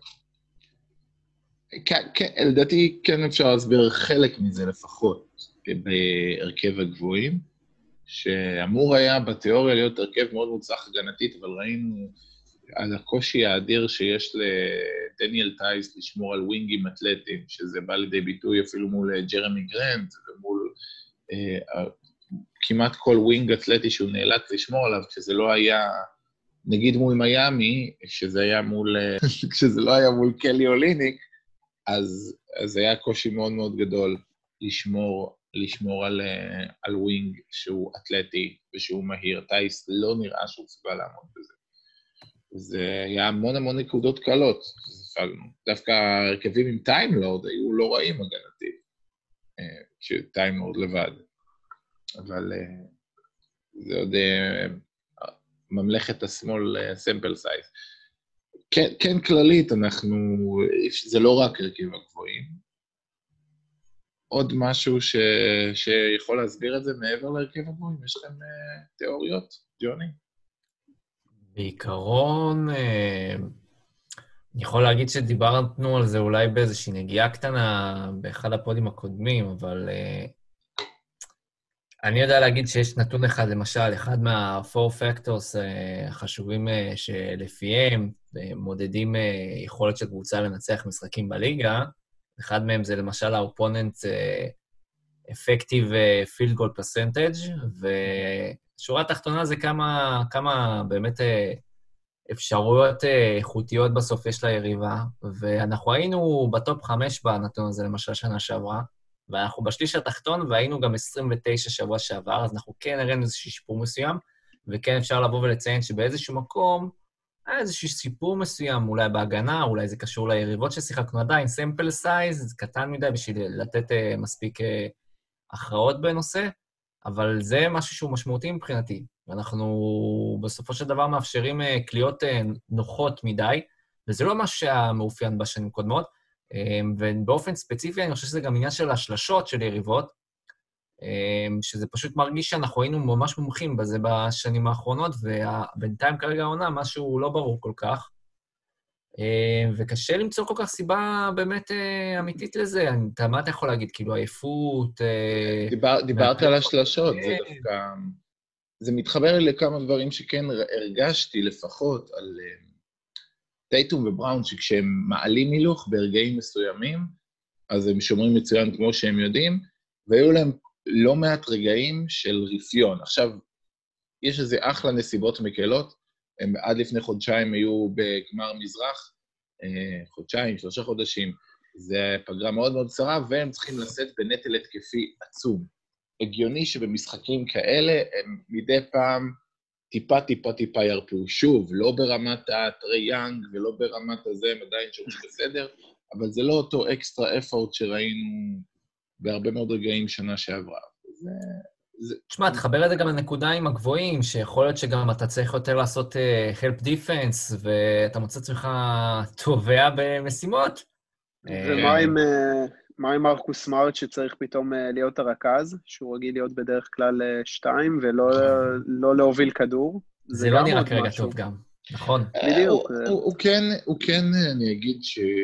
כן, לדעתי כן אפשר להסביר חלק מזה לפחות, בהרכב הגבוהים, שאמור היה בתיאוריה להיות הרכב מאוד מוצלח הגנתית, אבל ראינו על הקושי האדיר שיש לדניאל טייס לשמור על ווינגים אתלטיים, שזה בא לידי ביטוי אפילו מול ג'רמי גרנט, ומול כמעט כל ווינג אתלטי שהוא נאלץ לשמור עליו, כשזה לא היה, נגיד מול מיימי, כשזה לא היה מול קלי אוליניק, אז היה קושי מאוד מאוד גדול לשמור על ווינג שהוא אתלטי ושהוא מהיר. טייס לא נראה שהוא צבא לעמוד בזה. זה היה המון נקודות קלות, דווקא הרכבים עם טיימלורד היו לא רעים הגנתית, כשטיימלורד לבד. אבל זה עוד ממלכת השמאל סמפל סייז. כן כללית, זה לא רק הרכב הגבוהים. עוד משהו שיכול להסביר את זה מעבר להרכב הגבוהים? יש לכם תיאוריות, ג'וני? בעיקרון, אני יכול להגיד שדיברנו על זה אולי באיזושהי נגיעה קטנה באחד הפודים הקודמים, אבל אני יודע להגיד שיש נתון אחד, למשל, אחד מה-4 factors החשובים שלפיהם מודדים יכולת של קבוצה לנצח משחקים בליגה. אחד מהם זה למשל האופוננט effective field goal percentage, ושורה התחתונה זה כמה באמת אפשרויות איכותיות בסוף יש ליריבה, ואנחנו היינו בטופ 5 בנתון הזה למשל שנה שעברה, ואנחנו בשליש התחתון, והיינו גם 29 שבוע שעבר, אז אנחנו כן הראינו איזשהו שיפור מסוים, וכן אפשר לבוא ולציין שבאיזשהו מקום, היה איזשהו סיפור מסוים, אולי בהגנה, אולי זה קשור ליריבות ששיחקנו עדיין, סמפל סייז, זה קטן מדי בשביל לתת מספיק הכרעות בנושא, אבל זה משהו שהוא משמעותי מבחינתי, ואנחנו בסופו של דבר מאפשרים קליעות נוחות מדי, וזה לא משהו שהמאופיין בשנים קודמות, ובאופן ספציפי אני חושב שזה גם עניין של השלשות של יריבות, שזה פשוט מרגיש שאנחנו היינו ממש מומחים בזה בשנים האחרונות, ובינתיים כרגע העונה משהו לא ברור כל כך, וקשה למצוא כל כך סיבה באמת אמיתית לזה. מה אתה יכול להגיד? כאילו עייפות... דיברת על השלשות, זה דווקא... זה מתחבר לי לכמה דברים שכן הרגשתי לפחות על טייטום ובראון, שכשהם מעלים הילוך ברגעים מסוימים, אז הם שומרים מצוין כמו שהם יודעים, והיו להם לא מעט רגעים של רפיון. עכשיו, יש איזה אחלה נסיבות מקלות, הם עד לפני חודשיים היו בגמר מזרח, חודשיים, 3 חודשים, זה פגרה מאוד מאוד קצרה, והם צריכים לשאת בנטל התקפי עצום. הגיוני שבמשחקים כאלה הם מדי פעם טיפה ירפו. שוב, לא ברמת הטרי יאנג ולא ברמת הזה, הם עדיין שומעים בסדר, אבל זה לא אותו אקסטרה אפורט שראינו בהרבה מאוד רגעים שנה שעברה. תשמע, תחבר את זה גם לנקודה עם הגבוהים, שיכול להיות שגם אתה צריך יותר לעשות help defense, ואתה מוצא עצמך תובע במשימות. ומה עם מרקוס סמארט שצריך פתאום להיות הרכז, שהוא רגיל להיות בדרך כלל 2, ולא להוביל כדור? זה לא גם נראה עוד כרגע משהו. טוב גם, נכון? בדיוק. הוא כן, אני אגיד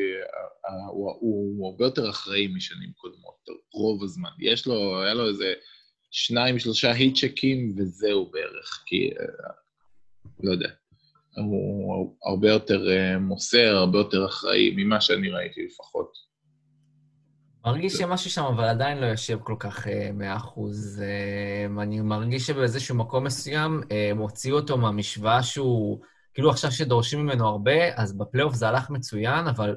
שהוא הרבה יותר אחראי משנים קודמות, רוב הזמן. היה לו איזה 2-3 היט-צ'קים וזהו בערך, כי לא יודע. הוא הרבה יותר מוסר, הרבה יותר אחראי ממה שאני ראיתי לפחות. מרגיש שמשהו שם, אבל עדיין לא יושב כל כך 100%. אני מרגיש שבאיזשהו מקום מסוים הוציאו אותו מהמשוואה שהוא, כאילו עכשיו שדורשים ממנו הרבה, אז בפלייאוף זה הלך מצוין, אבל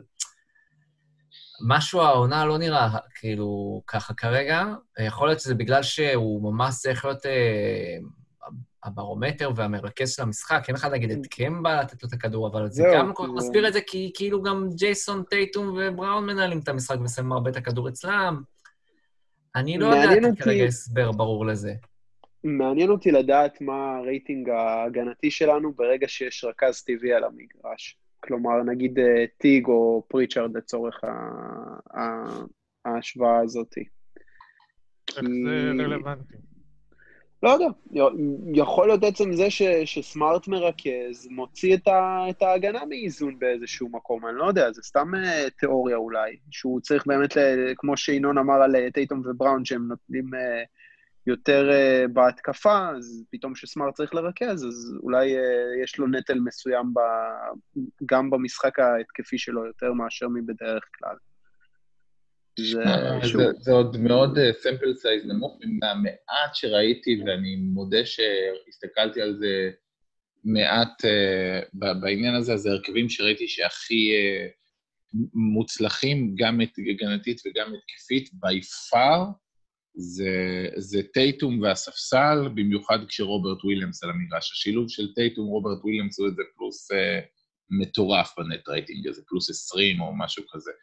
משהו העונה לא נראה כאילו ככה כרגע. יכול להיות שזה בגלל שהוא ממש צריך להיות הברומטר והמרכז של המשחק, אין לך להגיד את קמבה לתת לו את הכדור, אבל זה גם לא כל כך מסביר את זה, כי כאילו גם ג'ייסון, טייטום ובראון מנהלים את המשחק ושמים הרבה את הכדור אצלם. אני לא יודע כרגע הסבר ברור לזה. מעניין אותי לדעת מה הרייטינג ההגנתי שלנו ברגע שיש רכז טבעי על המגרש. כלומר, נגיד טיג או פריצ'רד לצורך ההשוואה הזאת. איך זה רלוונטי? לא יודע, יכול להיות עצם זה שסמארט מרכז, מוציא את ההגנה מאיזון באיזשהו מקום, אני לא יודע, זה סתם תיאוריה אולי, שהוא צריך באמת, כמו שינון אמר על טייטום ובראון, שהם נותנים יותר בהתקפה, אז פתאום שסמארט צריך לרכז, אז אולי יש לו נטל מסוים גם במשחק ההתקפי שלו, יותר מאשר מבדרך כלל. זה עוד מאוד סמפל סייז נמוך מהמעט שראיתי, ואני מודה שהסתכלתי על זה מעט בעניין הזה, אז הרכבים שראיתי שהכי מוצלחים, גם הגנתית וגם התקפית, ביפר, זה טייטום והספסל, במיוחד כשרוברט וויליאמס על המגרש. השילוב של טייטום, רוברט וויליאמס הוא איזה פלוס מטורף בנט רייטינג, איזה פלוס 20 או משהו כזה.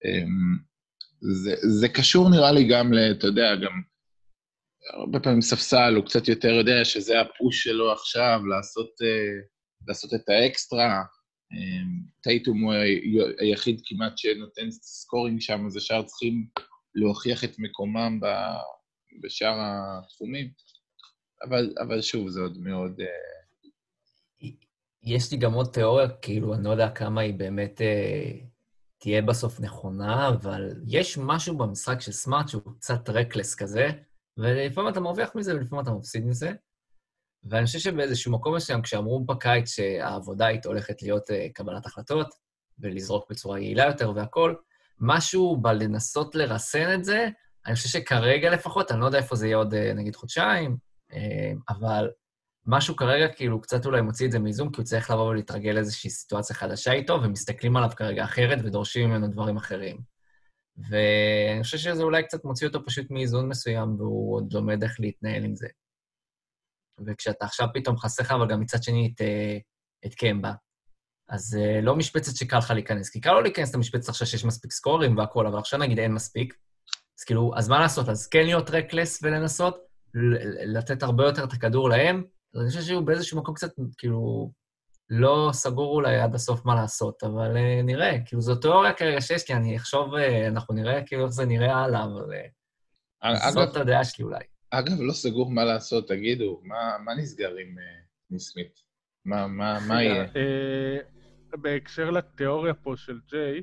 זה קשור נראה לי גם, אתה יודע, גם הרבה פעמים ספסל, הוא קצת יותר יודע שזה הפוש שלו עכשיו, לעשות את האקסטרה. טייטום הוא היחיד כמעט שנותן סקורינג שם, אז השאר צריכים להוכיח את מקומם בשאר התחומים. אבל שוב, זה עוד מאוד... יש לי גם עוד תיאוריה, כאילו, אני לא יודע כמה היא באמת... תהיה בסוף נכונה, אבל יש משהו במשחק של סמארט שהוא קצת רקלס כזה, ולפעמים אתה מרוויח מזה ולפעמים אתה מפסיד מזה. ואני חושב שבאיזשהו מקום מסוים, כשאמרו בקיץ שהעבודה היא הולכת להיות קבלת החלטות, ולזרוק בצורה יעילה יותר והכל, משהו בלנסות לרסן את זה, אני חושב שכרגע לפחות, אני לא יודע איפה זה יהיה עוד נגיד חודשיים, אבל משהו כרגע כאילו קצת אולי מוציא את זה מאיזון, כי הוא צריך לבוא ולהתרגל איזושהי סיטואציה חדשה איתו, ומסתכלים עליו כרגע אחרת ודורשים ממנו דברים אחרים. ואני חושב שזה אולי קצת מוציא אותו פשוט מאיזון מסוים, והוא עוד לומד איך להתנהל עם זה. וכשאתה עכשיו פתאום חסך, אבל גם מצד שני את קמבה, אז לא משבצת שקל לך להיכנס, כי קל לא להיכנס את המשבצת עכשיו שיש מספיק סקורים והכל, אבל עכשיו נגיד אין מספיק, אז כאילו, אז מה לעשות? אז כן להיות רקלס ולנסות, לתת הרבה יותר את הכדור להם, אז אני חושב שהוא באיזשהו מקום קצת, כאילו, לא סגור אולי עד הסוף מה לעשות, אבל נראה, כאילו, זו תיאוריה כרגע שיש, כי אני אחשוב, אנחנו נראה כאילו איך זה נראה הלאה, אבל זאת הדעה שלי אולי. אגב, לא סגור מה לעשות, תגידו, מה נסגר עם ניסמית? מה יהיה? בהקשר לתיאוריה פה של ג'יי,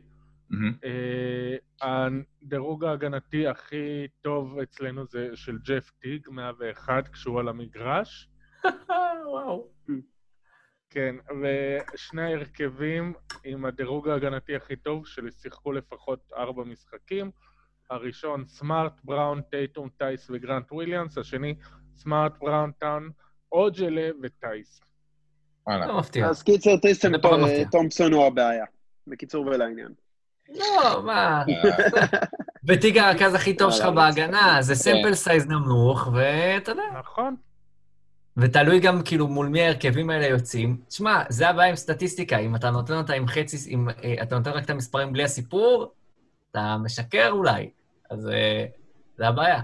הדירוג ההגנתי הכי טוב אצלנו זה של ג'ף טיג, 101, כשהוא על המגרש. וואו. כן, ושני ההרכבים עם הדירוג ההגנתי הכי טוב, ששיחקו לפחות 4 משחקים. הראשון, סמארט, בראון, טייטום, טייס וגרנט וויליאמס. השני, סמארט, בראון, טאון, אוג'לה וטייס. לא מפתיע. אז קיצר, טייסטם תומפסון הוא הבעיה. בקיצור ולעניין. לא, מה? וטיג הרכז הכי טוב שלך בהגנה, זה סמפל סייז נמוך, ואתה יודע. נכון. ותלוי גם כאילו מול מי ההרכבים האלה יוצאים. תשמע, זה הבעיה עם סטטיסטיקה, אם אתה נותן אותה עם חצי, אם אתה נותן רק את המספרים בלי הסיפור, אתה משקר אולי. אז זה הבעיה.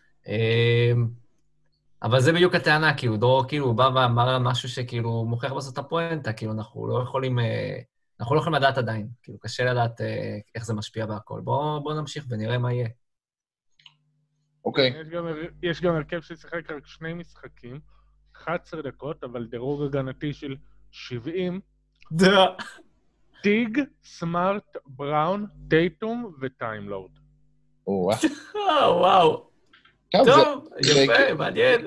אבל זה בדיוק הטענה, כאילו, דרור כאילו בא ואמר משהו שכאילו מוכיח בסוף את הפואנטה, כאילו אנחנו לא יכולים לדעת עדיין, כאילו קשה לדעת איך זה משפיע בהכל. בואו נמשיך ונראה מה יהיה. אוקיי. יש גם הרכב ששיחק רק 2 משחקים, 11 דקות, אבל דירוג הגנתי של 70, טיג, סמארט, בראון, טייטום וטיימלורד. וואו. טוב, יפה, מעניין.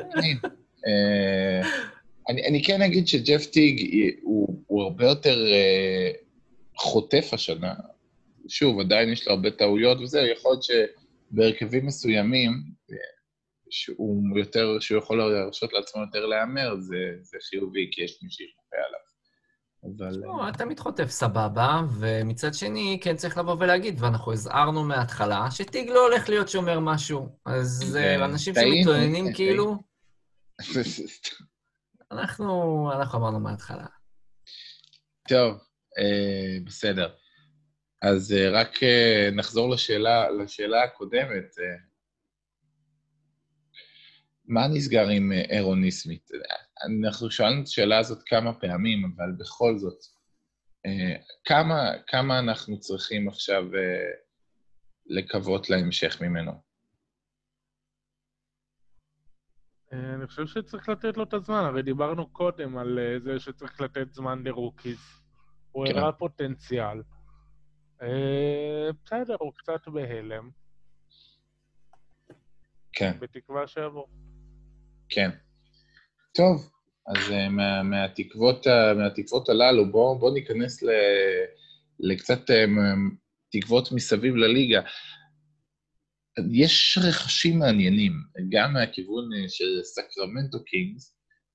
אני כן אגיד שג'ף טיג הוא הרבה יותר חוטף השנה. שוב, עדיין יש לו הרבה טעויות וזה, יכול להיות שבהרכבים מסוימים, שהוא יכול להרשות לעצמו יותר להיאמר, זה חיובי, כי יש מי שיחפה עליו. אבל... אתה מתחוטף סבבה, ומצד שני, כן צריך לבוא ולהגיד, ואנחנו הזהרנו מההתחלה, שטיג לא הולך להיות שומר משהו. אז אנשים שמתלוננים כאילו... אנחנו אמרנו מההתחלה. טוב, בסדר. אז רק נחזור לשאלה הקודמת. מה נסגר עם אירון ניסמית? אנחנו שאלנו את השאלה הזאת כמה פעמים, אבל בכל זאת, כמה אנחנו צריכים עכשיו לקוות להמשך ממנו? אני חושב שצריך לתת לו את הזמן, הרי דיברנו קודם על זה שצריך לתת זמן לרוקיז. הוא הראה פוטנציאל. בסדר, הוא קצת בהלם. כן. בתקווה שיבוא. כן. טוב, אז מהתקוות הללו, בוא ניכנס לקצת תקוות מסביב לליגה. יש רכשים מעניינים, גם מהכיוון של סקרמנטו קינגס,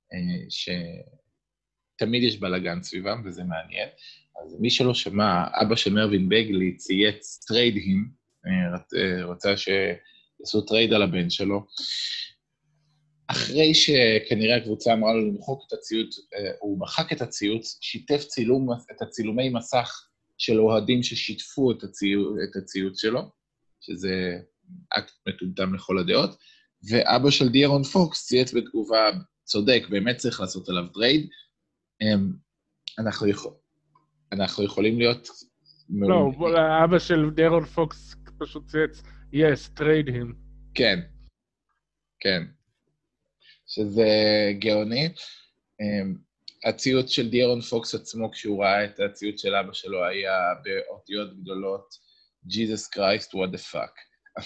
שתמיד יש בלגן סביבם, וזה מעניין. אז מי שלא שמע, אבא של מרווין בגלי צייץ טריידים, רצה שיעשו טרייד על הבן שלו. אחרי שכנראה הקבוצה אמרה לו למחוק את הציוץ, הוא מחק את הציוץ, שיתף את הצילומי מסך של אוהדים ששיתפו את הציוץ שלו, שזה אקט מטומטם לכל הדעות, ואבא של דיארון פוקס צייץ בתגובה, צודק, באמת צריך לעשות עליו טרייד. אנחנו יכולים להיות... לא, אבא של דיארון פוקס פשוט צייץ, yes, trade him. כן, כן. שזה גאוני. הציוץ של דיארון פוקס עצמו, כשהוא ראה את הציוץ של אבא שלו, היה באותיות גדולות, Jesus Christ, what the fuck.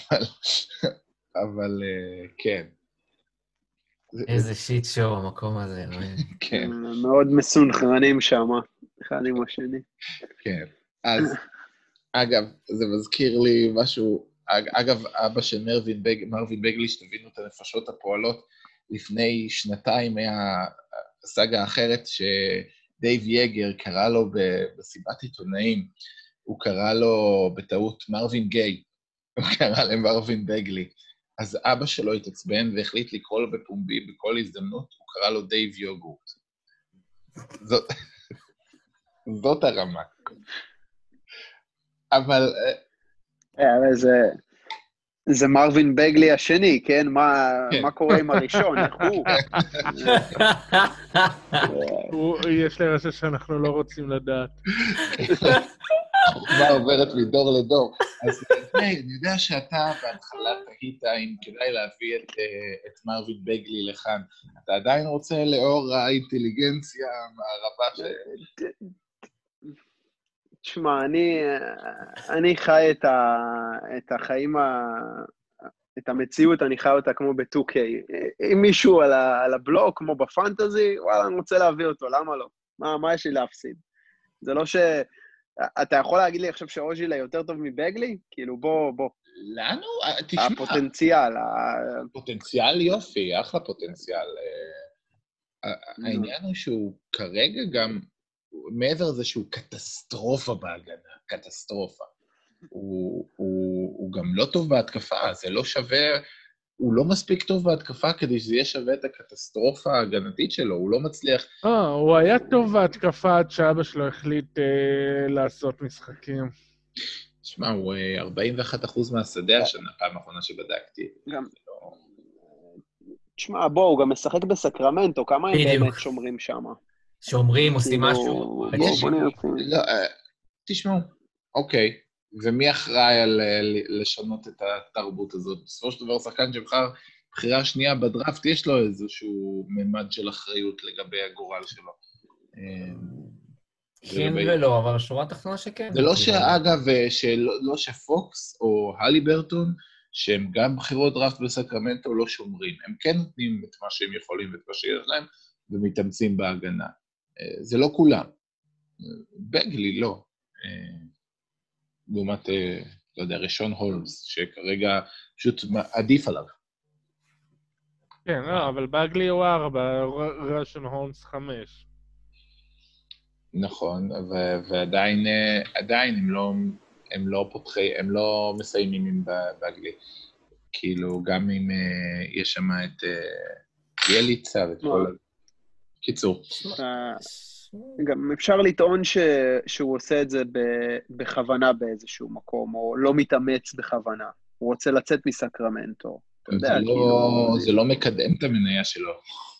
אבל כן. איזה שיט שואו המקום הזה. כן. מאוד מסונכרנים שם, אחד עם השני. כן. אז, אגב, זה מזכיר לי משהו, אגב, אבא של מרווין בגלי, שתבינו את הנפשות הפועלות, לפני שנתיים היה סגה אחרת שדייב יגר קרא לו בסיבת עיתונאים, הוא קרא לו בטעות מרווין גיי, הוא קרא למרווין בגלי. אז אבא שלו התעצבן והחליט לקרוא לו בפומבי בכל הזדמנות, הוא קרא לו דייב יוגורט. זאת הרמה. אבל זה מרווין בגלי השני, כן? מה קורה עם הראשון? איך הוא? יש לי רשת שאנחנו לא רוצים לדעת. חוכמה עוברת מדור לדור. אז אני יודע שאתה בהתחלה תהית אם כדאי להביא את מרווין בגלי לכאן. אתה עדיין רוצה לאור האינטליגנציה הרבה ש... תשמע, אני חי את החיים, את המציאות, אני חי אותה כמו ב-2K. אם מישהו על הבלוק, כמו בפנטזי, וואלה, אני רוצה להביא אותו, למה לא? מה יש לי להפסיד? זה לא ש... אתה יכול להגיד לי עכשיו שאוז'ילה יותר טוב מבגלי? כאילו, בוא. לנו? תשמע. הפוטנציאל. פוטנציאל יופי, אחלה פוטנציאל. העניין הוא שהוא כרגע גם... מעבר לזה שהוא קטסטרופה בהגנה, קטסטרופה. הוא גם לא טוב בהתקפה, זה לא שווה, הוא לא מספיק טוב בהתקפה כדי שזה יהיה שווה את הקטסטרופה ההגנתית שלו, הוא לא מצליח... הוא היה טוב בהתקפה עד שאבא שלו החליט לעשות משחקים. תשמע, הוא 41% מהשדה השנה, פעם האחרונה שבדקתי. גם... תשמע, הוא גם משחק בסקרמנטו, כמה הם באמת שומרים שם? שומרים, עושים משהו. תשמעו, אוקיי, ומי אחראי על לשנות את התרבות הזאת? בסופו של דבר, שחקן שבחר בחירה שנייה בדראפט, יש לו איזשהו ממד של אחריות לגבי הגורל שלו. כן ולא, אבל השורה התחתונה שכן. זה לא שאגב, לא שפוקס או הלי ברטון, שהם גם בחירות דראפט בסקרמנטו לא שומרים. הם כן נותנים את מה שהם יכולים ואת מה שיש להם, ומתאמצים בהגנה. זה לא כולם. בגלי לא. לעומת, לא יודע, ראשון הולמס, שכרגע פשוט עדיף עליו. כן, לא, אבל בגלי הוא 4, ראשון הולמס 5. נכון, ועדיין הם לא מסיימים עם בגלי. כאילו, גם אם יש שם את יליצה ואת כל הזה. קיצור. גם אפשר לטעון שהוא עושה את זה בכוונה באיזשהו מקום, או לא מתאמץ בכוונה. הוא רוצה לצאת מסקרמנטו. זה לא מקדם את המניה שלו.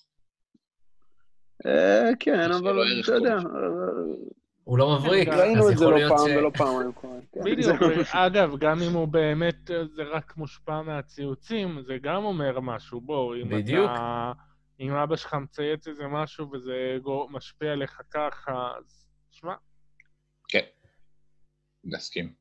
כן, אבל אתה יודע... הוא לא מבריק, ראינו אז את זה יכול לא להיות פעם ולא פעם. בדיוק, אגב, גם אם הוא באמת, זה רק מושפע מהציוצים, זה גם אומר משהו, בוא, אם אבא שלך מצייץ איזה משהו וזה משפיע עליך ככה, אז שמע. כן, נסכים.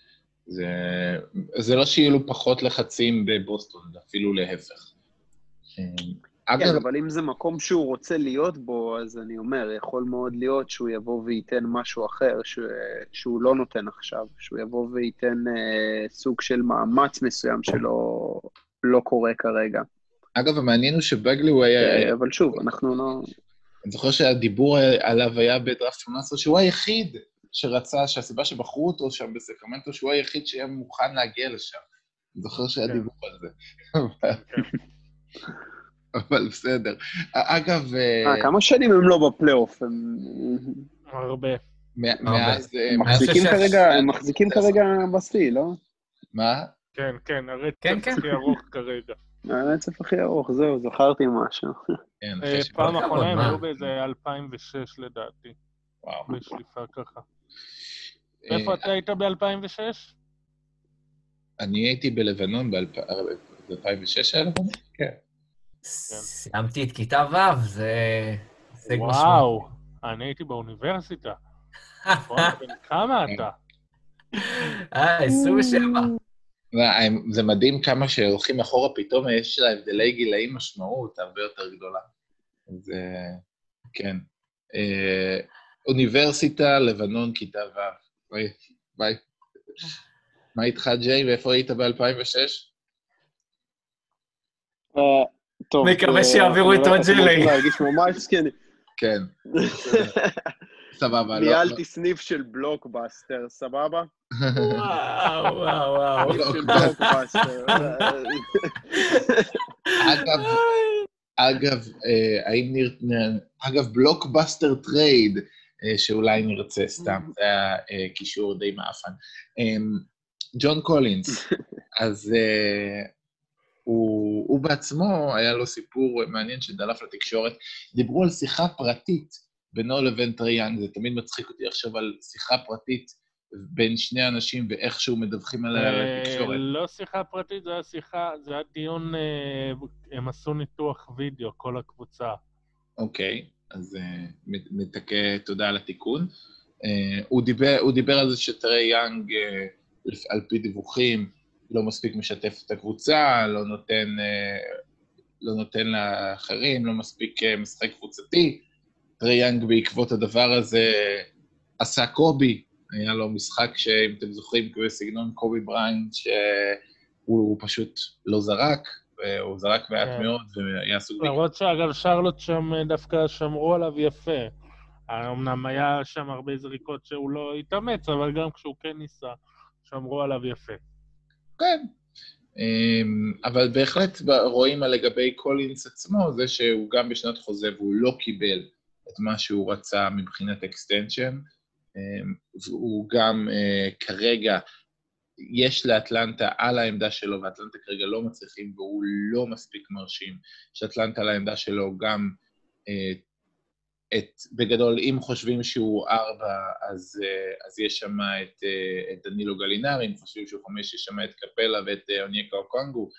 זה לא שיהיו לו פחות לחצים בבוסטון, אפילו להפך. כן, אבל אם זה מקום שהוא רוצה להיות בו, אז אני אומר, יכול מאוד להיות שהוא יבוא וייתן משהו אחר שהוא לא נותן עכשיו, שהוא יבוא וייתן סוג של מאמץ מסוים שלא לא קורה כרגע. אגב, המעניין הוא שבגלי הוא היה... אבל שוב, אנחנו לא... אני זוכר שהדיבור עליו היה בדראפט 18, שהוא היחיד שרצה, שהסיבה שבחרו אותו שם בסקרמנטו, שהוא היחיד שהיה מוכן להגיע לשם. אני זוכר שהיה דיבור על זה. אבל בסדר. אגב... כמה שנים הם לא בפלייאוף? הרבה. מאז... הם מחזיקים כרגע בשיא, לא? מה? כן, כן, הרצף הכי ארוך כרגע. הרצף הכי ארוך, זהו, זכרתי משהו. פעם אחרונה הם היו באיזה 2006 לדעתי. וואו. בשליפה ככה. איפה אתה היית ב-2006? אני הייתי בלבנון ב-2006 היה לבנון? כן. סיימתי את כיתה ו', זה... וואו, אני הייתי באוניברסיטה. כמה אתה? 27. זה מדהים כמה שהולכים אחורה, פתאום יש לה הבדלי גילאים משמעות הרבה יותר גדולה. אז כן. אוניברסיטה, לבנון, כיתה ו'. ביי. מה איתך, ג'יי, ואיפה היית ב-2006? טוב. מקווה שיעבירו איתו ג'ילי. להרגיש ממש סקני. כן. סבבה. ניהלתי סניף של בלוקבאסטר, סבבה? וואו, וואו, וואו. סניף של בלוקבאסטר. אגב, בלוקבאסטר טרייד, שאולי נרצה סתם, זה היה קישור די מאפן. ג'ון קולינס, אז הוא בעצמו, היה לו סיפור מעניין שדלף לתקשורת, דיברו על שיחה פרטית בינו לבין טרי יאנג, זה תמיד מצחיק אותי עכשיו על שיחה פרטית בין שני אנשים ואיכשהו מדווחים עליה לתקשורת. לא שיחה פרטית, זה היה שיחה, זה היה דיון, הם עשו ניתוח וידאו, כל הקבוצה. אוקיי, אז מתקה תודה על התיקון. הוא דיבר על זה שטרי יאנג, על פי דיווחים, לא מספיק משתף את הקבוצה, לא נותן לאחרים, לא מספיק משחק קבוצתי. טרי יאנג בעקבות הדבר הזה עשה קובי, היה לו משחק שאם אתם זוכרים בסגנון קובי בריינט, שהוא פשוט לא זרק, הוא זרק מעט מאוד והיה סוג... למרות שאגב שרלוט שם דווקא שמרו עליו יפה. אמנם היה שם הרבה זריקות שהוא לא התאמץ, אבל גם כשהוא כן ניסה, שמרו עליו יפה. כן, אבל בהחלט רואים על לגבי קולינס עצמו, זה שהוא גם בשנת חוזה והוא לא קיבל את מה שהוא רצה מבחינת אקסטנשן, והוא גם כרגע, יש לאטלנטה על העמדה שלו, ואטלנטה כרגע לא מצליחים, והוא לא מספיק מרשים, שאטלנטה על העמדה שלו גם, בגדול, אם חושבים שהוא 4, אז יש שם את דנילו גלינרי, אם חושבים שהוא 5, יש שם את קפלה ואת אונייקה אוקונגו,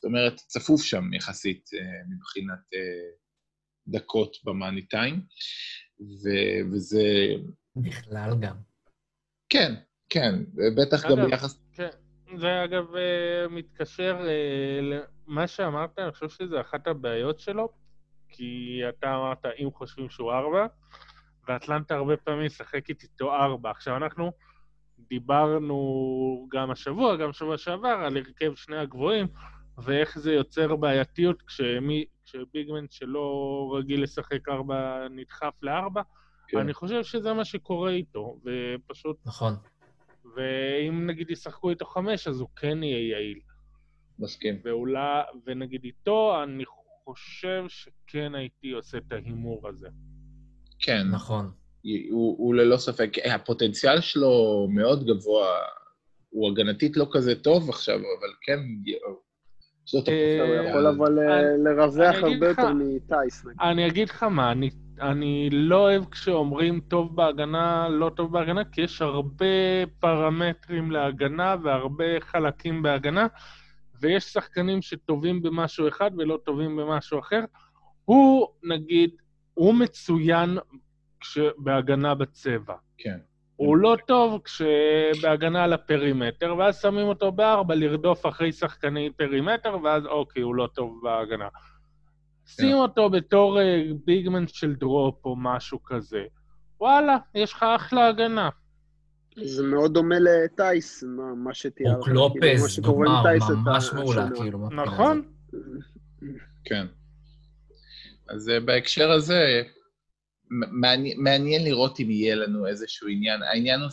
זאת אומרת, צפוף שם יחסית מבחינת דקות במאני טיים, וזה... בכלל גם. כן, כן, בטח גם ביחס... כן, זה אגב מתקשר למה שאמרת, אני חושב שזה אחת הבעיות שלו, כי אתה אמרת, אם חושבים שהוא 4, ואטלנטה הרבה פעמים משחקת איתו 4. עכשיו אנחנו דיברנו גם השבוע, גם שבוע שעבר, על הרכב שני הגבוהים, ואיך זה יוצר בעייתיות כשביגמן שלא רגיל לשחק 4 נדחף ל4, כן. אני חושב שזה מה שקורה איתו, ופשוט... נכון. ואם נגיד ישחקו איתו 5, אז הוא כן יהיה יעיל. מסכים. ונגיד איתו, אני חושב שכן הייתי עושה את ההימור הזה. כן. נכון. הוא ללא ספק, הפוטנציאל שלו מאוד גבוה, הוא הגנתית לא כזה טוב עכשיו, אבל כן, הוא יכול אבל לרווח הרבה יותר מטייס. אני אגיד לך מה, אני לא אוהב כשאומרים טוב בהגנה, לא טוב בהגנה, כי יש הרבה פרמטרים להגנה והרבה חלקים בהגנה, ויש שחקנים שטובים במשהו אחד ולא טובים במשהו אחר. הוא, נגיד, הוא מצוין בהגנה בצבע. כן. הוא לא טוב כשבהגנה על הפרימטר, ואז שמים אותו ב4 לרדוף אחרי שחקני פרימטר, ואז אוקיי, הוא לא טוב בהגנה. שים אותו בתור ביגמן של דרופ או משהו כזה. וואלה, יש לך אחלה הגנה. זה מאוד דומה לטייס, מה שתיארת. הוא קלופז, דוגמה, הוא ממש מעולה, כאילו. נכון. כן. אז בהקשר הזה, מעניין לראות אם יהיה לנו איזשהו עניין. העניין הוא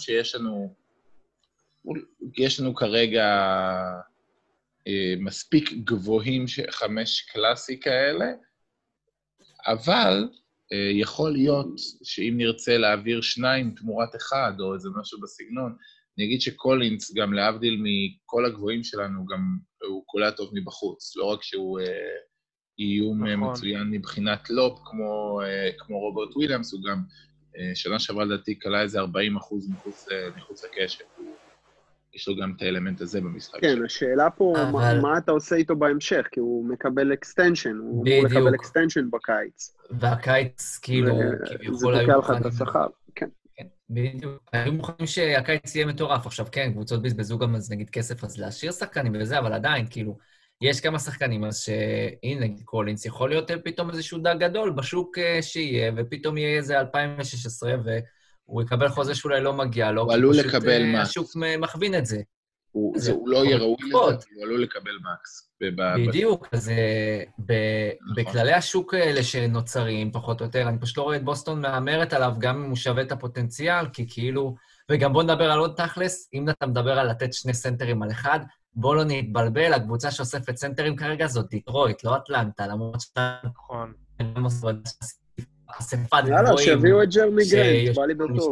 שיש לנו כרגע מספיק גבוהים 5 קלאסי כאלה, אבל יכול להיות שאם נרצה להעביר 2 תמורת 1 או איזה משהו בסגנון, אני אגיד שקולינס, גם להבדיל מכל הגבוהים שלנו, גם הוא קולע טוב מבחוץ, לא רק שהוא איום נכון. מצוין מבחינת לופ, כמו רוברט וויליאמס, הוא גם שנה שעברה לדעתי קלע איזה 40% מחוץ לקשת. יש לו גם את האלמנט הזה במשחק. כן, השאלה פה, מה אתה עושה איתו בהמשך? כי הוא מקבל אקסטנשן, הוא מקבל אקסטנשן בקיץ. והקיץ, כאילו, זה תוקע לך את השכר, כן. בדיוק. היו מוכנים שהקיץ יהיה מטורף. עכשיו, כן, קבוצות בזבזו גם אז נגיד כסף, אז להשאיר שחקנים וזה, אבל עדיין, כאילו, יש כמה שחקנים, אז שהנה, נגיד קולינס, יכול להיות פתאום איזשהו דג גדול בשוק שיהיה, ופתאום יהיה איזה 2016, הוא יקבל חוזה שאולי לא מגיע לו, הוא עלול לקבל מקס. השוק מכווין את זה. הוא לא יהיה ראוי לזה, הוא עלול לקבל מקס. בדיוק, אז בכללי השוק האלה שנוצרים, פחות או יותר, אני פשוט לא רואה את בוסטון מאמרת עליו, גם אם הוא שווה את הפוטנציאל, כי כאילו, וגם בוא נדבר על עוד תכלס, אם אתה מדבר על לתת 2 סנטרים על אחד, בוא לא נתבלבל, הקבוצה שאוספת סנטרים כרגע זאת דיטרויט, לא אטלנטה, למרות שאתה... נכון. יאללה, שיביאו את ג'רמי גרנט, בא לי בטוב.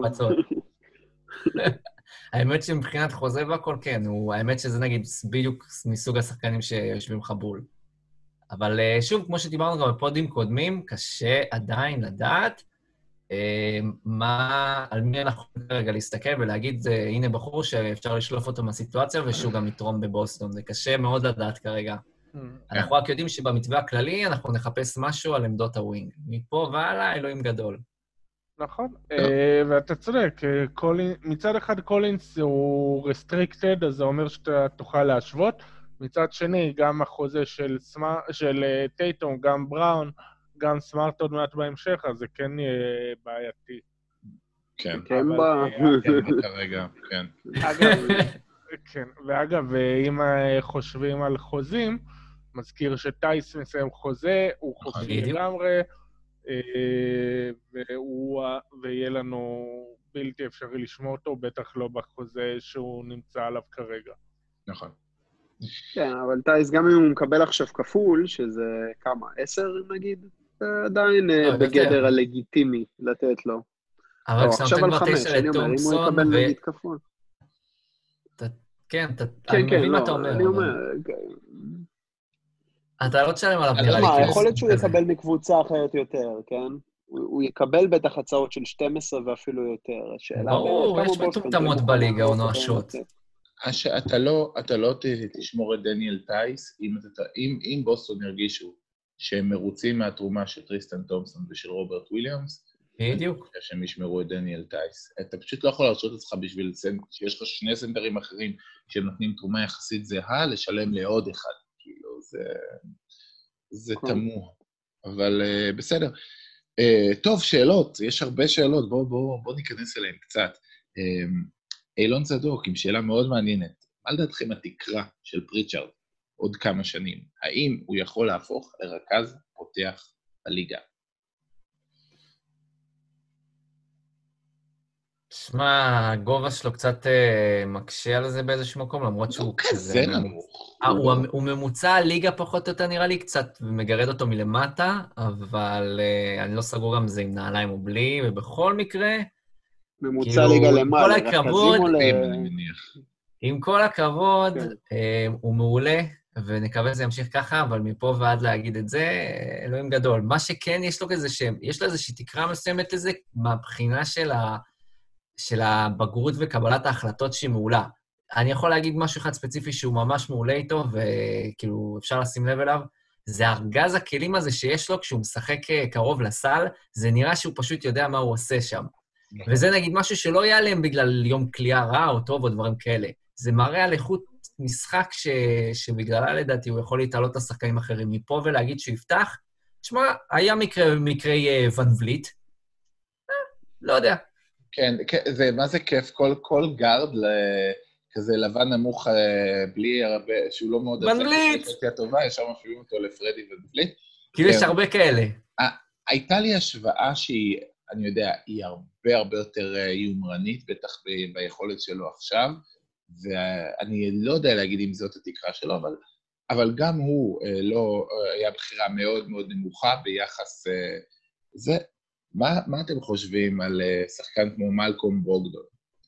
האמת שמבחינת חוזה והכל, כן, האמת שזה נגיד בדיוק מסוג השחקנים שיושבים לך בול. אבל שוב, כמו שדיברנו גם בפודים קודמים, קשה עדיין לדעת על מי אנחנו רגע להסתכל ולהגיד, הנה בחור שאפשר לשלוף אותו מהסיטואציה ושהוא גם יתרום בבוסטון. זה קשה מאוד לדעת כרגע. אנחנו רק יודעים שבמתווה הכללי אנחנו נחפש משהו על עמדות הווינג. מפה והלאה, אלוהים גדול. נכון, ואתה צודק, מצד אחד קולינס הוא restricted, אז זה אומר שאתה תוכל להשוות, מצד שני, גם החוזה של טייטום, גם בראון, גם סמארט עוד מעט בהמשך, אז זה כן יהיה בעייתי. כן, כרגע, כן. כן, ואגב, אם חושבים על חוזים, מזכיר שטייס מסיים חוזה, הוא חוזר לגמרי, ויהיה לנו בלתי אפשרי לשמוע אותו, בטח לא בחוזה שהוא נמצא עליו כרגע. נכון. כן, אבל טייס, גם אם הוא מקבל עכשיו כפול, שזה כמה, 10 נגיד, עדיין בגדר הלגיטימי לתת לו. אבל כשאתה נותן כבר 9 לטומפסון, כן, אני מבין מה אתה אומר. אני אומר, אתה לא תשלם עליו נראה לי. יכול להיות שהוא יקבל מקבוצה אחרת יותר, כן? הוא יקבל בטח הצעות של 12 ואפילו יותר. ברור, יש מטומטמות בליגה או נואשות. אתה לא תשמור את דניאל טייס, אם בוסטון ירגישו שהם מרוצים מהתרומה של טריסטן תומפסון ושל רוברט וויליאמס, בדיוק. אני חושב שהם ישמרו את דניאל טייס. אתה פשוט לא יכול להרשות עצמך בשביל שיש לך שני סנטרים אחרים שנותנים תרומה יחסית זהה, לשלם לעוד אחד. כאילו, זה תמוה. אבל בסדר. טוב, שאלות, יש הרבה שאלות, בואו ניכנס אליהן קצת. אילון צדוק, עם שאלה מאוד מעניינת. מה לדעתכם התקרה של פריצ'ארד עוד כמה שנים? האם הוא יכול להפוך לרכז פותח הליגה? שמע, הגובה שלו קצת מקשה על זה באיזשהו מקום, למרות שהוא כזה נמוך. הוא ממוצע הליגה פחות או יותר נראה לי, קצת מגרד אותו מלמטה, אבל אני לא סגור גם זה עם נעליים או בלי, ובכל מקרה, ממוצע ליגה למעלה, רכזים או עם כל הכבוד, הוא מעולה, ונקווה שזה ימשיך ככה, אבל מפה ועד להגיד את זה, אלוהים גדול. מה שכן, יש לו איזושהי תקרה מסוימת לזה, מהבחינה של הבגרות וקבלת ההחלטות שהיא מעולה. אני יכול להגיד משהו אחד ספציפי שהוא ממש מעולה איתו, וכאילו אפשר לשים לב אליו, זה ארגז הכלים הזה שיש לו כשהוא משחק קרוב לסל, זה נראה שהוא פשוט יודע מה הוא עושה שם. וזה נגיד משהו שלא ייעלם בגלל יום קליעה רע או טוב או דברים כאלה. זה מראה על איכות משחק שבגללה לדעתי הוא יכול להתעלות את השחקנים אחרים. מפה ולהגיד שהוא יפתח, תשמע, היה מקרי ון וליט, לא יודע. כן, מה זה כיף, כל גארד כזה לבן נמוך בלי הרבה, שהוא לא מאוד... ון וליט! הטובה, ישר מפעילים אותו לפרדי ון וליט. כאילו יש הרבה כאלה. הייתה לי השוואה שהיא, אני יודע, היא הרבה יותר יומרנית, בטח ביכולת שלו עכשיו, ואני לא יודע להגיד אם זאת התקרה שלו, אבל גם הוא לא היה בחירה מאוד מאוד נמוכה ביחס זה. מה אתם חושבים על שחקן כמו מלקום ברוגדון?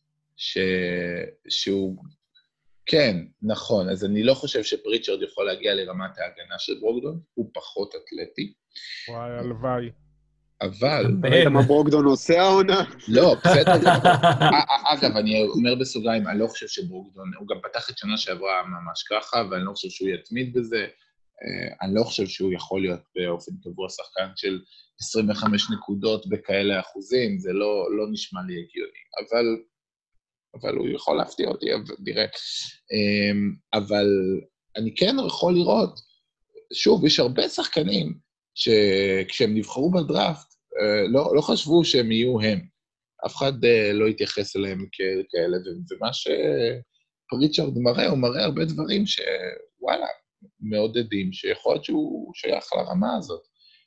שהוא... כן, נכון, אז אני לא חושב שפריצ'רד יכול להגיע לרמת ההגנה של ברוגדון, הוא פחות אתלטי. וואי, הלוואי. אבל... ראית מה ברוגדון עושה העונה? לא, בסדר. אגב, אני אומר בסוגריים, אני לא חושב שברוגדון, הוא גם פתח את שנה שעברה ממש ככה, ואני לא חושב שהוא יתמיד בזה. אני לא חושב שהוא יכול להיות באופן קבוע שחקן של 25 נקודות בכאלה אחוזים, זה לא נשמע לי הגיוני, אבל הוא יכול להפתיע אותי, נראה. אבל אני כן יכול לראות, שוב, יש הרבה שחקנים שכשהם נבחרו בדראפט, לא חשבו שהם יהיו הם. אף אחד לא התייחס אליהם כאלה, ומה שפריצ'רד מראה, הוא מראה הרבה דברים שוואלה, מעודדים, שיכול להיות שהוא שייך לרמה הזאת.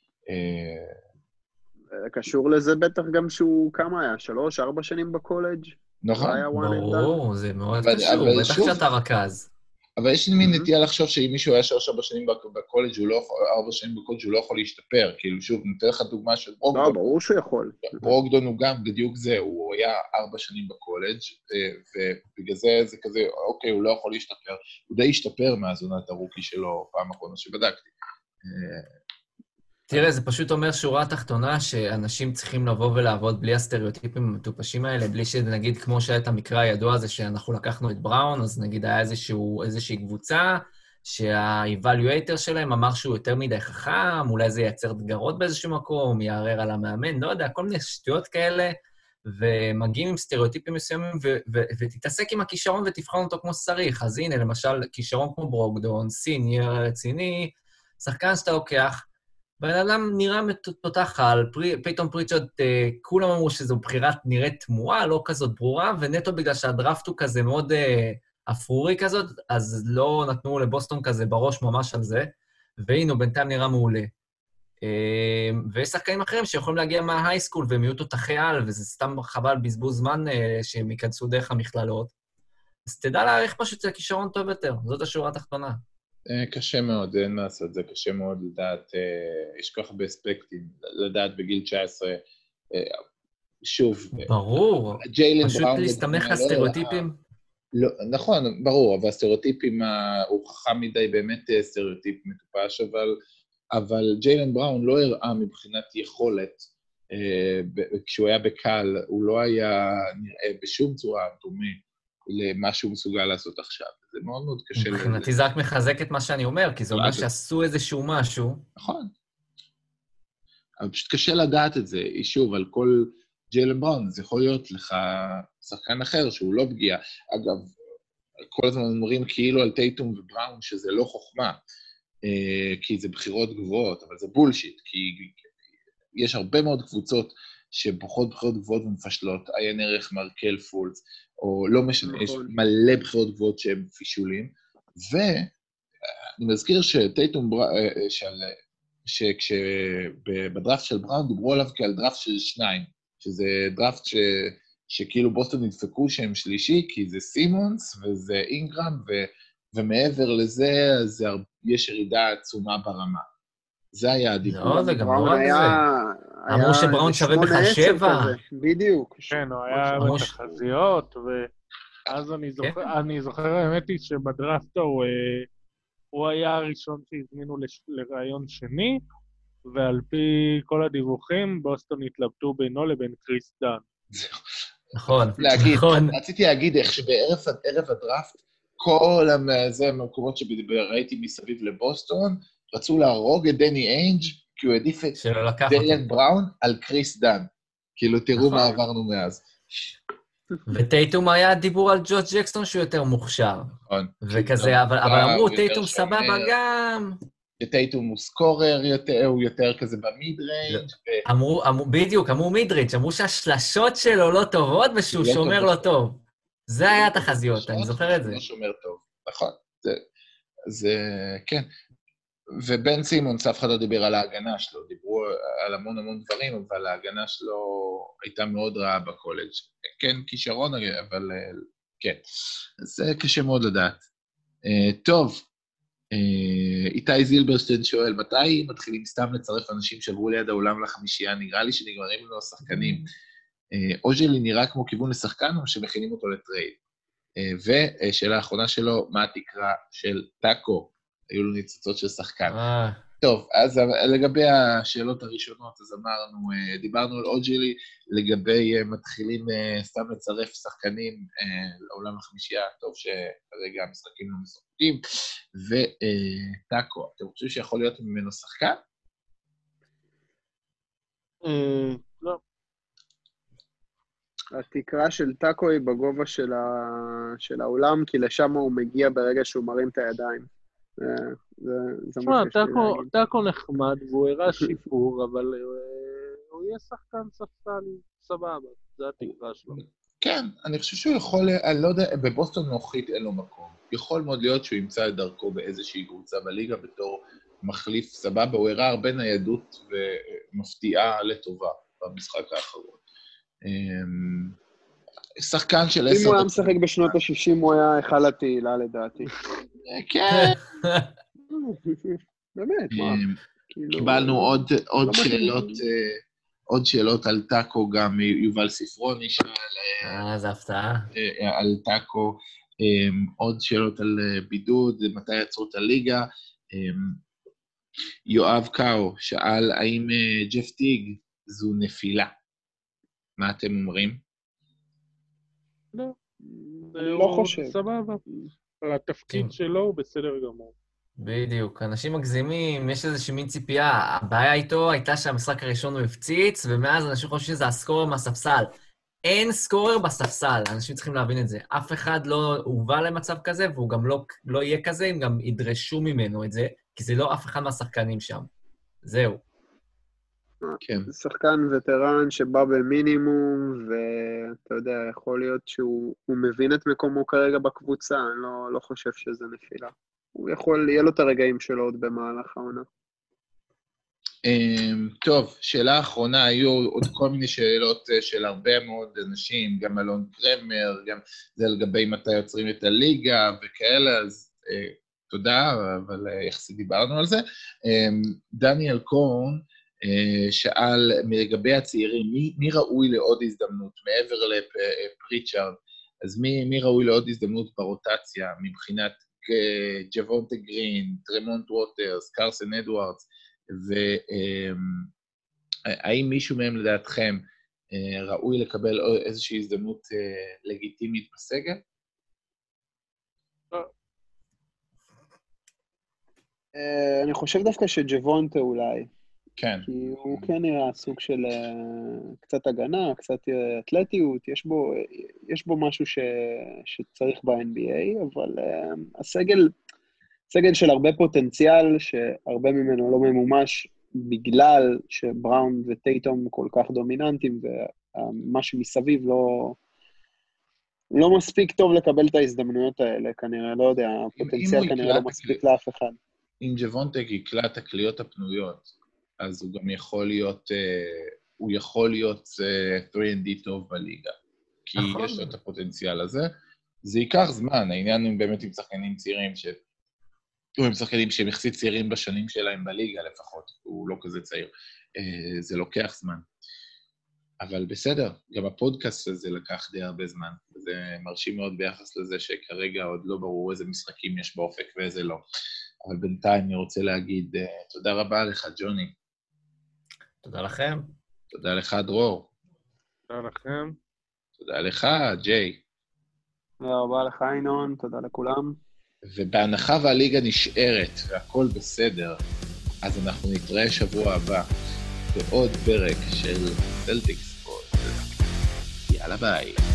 קשור לזה בטח גם שהוא, כמה היה? 3-4 שנים בקולג'? נכון. ברור, זה מאוד קשור, בטח שאתה רכז. אבל יש לי מין נטייה לחשוב שאם מישהו היה 4 שנים בקולג', 4 שנים בקולג' הוא לא יכול להשתפר, כאילו שוב, נותן לך דוגמה של ברוגדון. לא, ברור שהוא יכול. ברוגדון הוא גם בדיוק זה, הוא היה 4 שנים בקולג', ובגלל זה כזה, אוקיי, הוא לא יכול להשתפר, הוא די השתפר מהזונת הרוקי שלו, פעם אחרונה שבדקתי. תראה, זה פשוט אומר שורה תחתונה שאנשים צריכים לבוא ולעבוד בלי הסטריאוטיפים המטופשים האלה, בלי שנגיד, כמו שהיה את המקרה הידוע הזה שאנחנו לקחנו את בראון, אז נגיד היה איזושהי קבוצה, שהאיבלואטר שלהם אמר שהוא יותר מדי חכם, אולי זה ייצר דגרות באיזשהו מקום, יערער על המאמן, לא יודע, כל מיני שטויות כאלה, ומגיעים עם סטריאוטיפים מסוימים, ותתעסק עם הכישרון ותבחן אותו כמו שצריך. אז הנה, למשל, כישרון כמו ברוגדון, סיניור רציני, שחקן שאתה לוקח, בן אדם נראה תותח על, פתאום פריצ'רד, כולם אמרו שזו בחירת נראית תמוהה, לא כזאת ברורה, ונטו בגלל שהדראפט הוא כזה מאוד אפרורי כזאת, אז לא נתנו לבוסטון כזה בראש ממש על זה, והנה, בינתיים נראה מעולה. ויש שחקנים אחרים שיכולים להגיע מההייסקול, והם יהיו תותחי על, וזה סתם חבל בזבוז זמן שהם ייכנסו דרך המכללות. אז תדע להעריך פשוט את הכישרון טוב יותר, זאת השורה התחתונה. קשה מאוד, אין לעשות, זה קשה מאוד לדעת, יש כל כך הרבה אספקטים, לדעת בגיל 19, שוב. ברור, פשוט להסתמך על סטריאוטיפים. נכון, ברור, אבל הסטריאוטיפים, הוא חכם מדי באמת סטריאוטיפ מטופש, אבל ג'יילן בראון לא הראה מבחינת יכולת, כשהוא היה בקל, הוא לא היה נראה בשום צורה דומה למה שהוא מסוגל לעשות עכשיו. זה מאוד מאוד קשה. מבחינתי זה רק מחזק את מה שאני אומר, כי זה אומר שעשו איזשהו משהו. נכון. אבל פשוט קשה לדעת את זה. שוב, על כל ג'יילן בראון, זה יכול להיות לך שחקן אחר שהוא לא פגיע. אגב, כל הזמן אומרים כאילו על טייטום ובראון שזה לא חוכמה, כי זה בחירות גבוהות, אבל זה בולשיט, כי יש הרבה מאוד קבוצות שבוחרות בחירות גבוהות ומפשלות, עיין ערך מרקל פולס, או לא משנה, יש מלא בחירות גבוהות שהן פישולים, ואני מזכיר שטייטום, שכשבדראפט של בראון דיברו עליו כעל דראפט של 2, שזה דראפט שכאילו בוסטון נדפקו שהם שלישי, כי זה סימונס וזה אינגרם, ומעבר לזה, אז יש ירידה עצומה ברמה. זה היה הדיבור. לא, זה גם לא רק זה. אמרו שבראון שווה בכלל 7. בדיוק. כן, הוא היה בתחזיות, ואז אני זוכר, האמת היא שבדראפט הוא היה הראשון שהזמינו לרעיון שני, ועל פי כל הדיווחים, בוסטון התלבטו בינו לבין קריס דן. נכון, נכון. רציתי להגיד איך שבערב הדראפט, כל המקומות שראיתי מסביב לבוסטון, רצו להרוג את דני איינג' כי הוא העדיף את ג'יילן בראון על קריס דן. כאילו, תראו מה עברנו מאז. וטייטום היה דיבור על ג'וש ג'קסטון שהוא יותר מוכשר. נכון. וכזה, אבל אמרו, טייטום סבבה גם. שטייטום הוא סקורר יותר, הוא יותר כזה במיד ריינג'. בדיוק, אמרו מיד ריינג', אמרו שהשלשות שלו לא טובות ושהוא שומר לא טוב. זה היה התחזיות, אני זוכר את זה. הוא לא שומר טוב, נכון. זה, כן. ובן סימונס, אף אחד לא דיבר על ההגנה שלו, דיברו על המון המון דברים, אבל ההגנה שלו הייתה מאוד רעה בקולג'. כן, כישרון, אבל כן. זה קשה מאוד לדעת. טוב, איתי זילברשטיין שואל, מתי מתחילים סתם לצרף אנשים שעברו ליד האולם לחמישייה? נראה לי שנגמרים לנו השחקנים. אוז'לי נראה כמו כיוון לשחקן, או שמכינים אותו לטרייד? ושאלה האחרונה שלו, מה התקרה של טאקו? היו לו ניצוצות של שחקן. טוב, אז לגבי השאלות הראשונות, אז אמרנו, דיברנו על אוג'לי, לגבי מתחילים סתם לצרף שחקנים לעולם החמישייה, טוב שכרגע המשחקים לא משחקים, וטאקו, אתם חושבים שיכול להיות ממנו שחקן? לא. התקרה של טאקו היא בגובה של העולם, כי לשם הוא מגיע ברגע שהוא מרים את הידיים. תשמע, טאקו נחמד, והוא הראה שיפור, אבל הוא יהיה שחקן ספסל סבבה, זה התקרה שלו. כן, אני חושב שהוא יכול, אני לא יודע, בבוסטון נוחית אין לו מקום. יכול מאוד להיות שהוא ימצא את דרכו באיזושהי קבוצה בליגה בתור מחליף סבבה, הוא הראה הרבה ניידות ומפתיעה לטובה במשחק האחרון. שחקן של 10... אם הוא היה משחק בשנות ה-60, הוא היה היכל התהילה לדעתי. כן. באמת, מה? קיבלנו עוד שאלות על טאקו, גם יובל ספרוני שאל... זה הפתעה. על טאקו, עוד שאלות על בידוד, מתי יצרו את הליגה. יואב קאו שאל, האם ג'ף טיג זו נפילה? מה אתם אומרים? לא. לא חושב. סבבה. התפקיד שלו הוא בסדר גמור. בדיוק, אנשים מגזימים, יש איזושהי מין ציפייה. הבעיה איתו הייתה שהמשחק הראשון הוא הפציץ, ומאז אנשים חושבים שזה הסקורר מהספסל. אין סקורר בספסל, אנשים צריכים להבין את זה. אף אחד לא הובא למצב כזה, והוא גם לא יהיה כזה, הם גם ידרשו ממנו את זה, כי זה לא אף אחד מהשחקנים שם. זהו. כן. זה שחקן וטרן שבא במינימום, ואתה יודע, יכול להיות שהוא מבין את מקומו כרגע בקבוצה, אני לא חושב שזה נפילה. הוא יכול, יהיה לו את הרגעים שלו עוד במהלך העונה. טוב, שאלה האחרונה, היו עוד כל מיני שאלות של הרבה מאוד אנשים, גם אלון קרמר, גם זה לגבי מתי יוצרים את הליגה וכאלה, אז תודה, אבל יחסית דיברנו על זה. דניאל קורן שאל לגבי הצעירים, מי ראוי לעוד הזדמנות, מעבר לפריצ'ארד, אז מי ראוי לעוד הזדמנות ברוטציה, מבחינת ג'וונטה גרין, טרמונט ווטרס, קרסן אדוארדס, והאם מישהו מהם לדעתכם ראוי לקבל איזושהי הזדמנות לגיטימית בסגל? אני חושב דווקא שג'וונטה אולי, כן. כי הוא כן נראה סוג של קצת הגנה, קצת אתלטיות, יש בו משהו שצריך ב-NBA, אבל סגל של הרבה פוטנציאל, שהרבה ממנו לא ממומש, בגלל שבראון וטייטום כל כך דומיננטיים, ומה שמסביב לא מספיק טוב לקבל את ההזדמנויות האלה, כנראה, לא יודע, הפוטנציאל כנראה לא מספיק לאף אחד. אם ג'וונטה יקלע את הקליעות הפנויות, אז הוא גם יכול להיות 3&D טוב בליגה, כי יש לו את הפוטנציאל הזה. זה ייקח זמן, העניין הוא באמת עם שחקנים צעירים, או עם שחקנים שהם יחסית צעירים בשנים שלהם בליגה לפחות, הוא לא כזה צעיר, זה לוקח זמן. אבל בסדר, גם הפודקאסט הזה לקח די הרבה זמן, זה מרשים מאוד ביחס לזה שכרגע עוד לא ברור איזה משחקים יש באופק ואיזה לא. אבל בינתיים אני רוצה להגיד תודה רבה לך, ג'וני. תודה לכם. תודה לך, דרור. תודה לכם. תודה לך, ג'יי. תודה רבה לך, ינון, תודה לכולם. ובהנחה והליגה נשארת והכל בסדר, אז אנחנו נתראה שבוע הבא בעוד פרק של סלטיקס. יאללה ביי.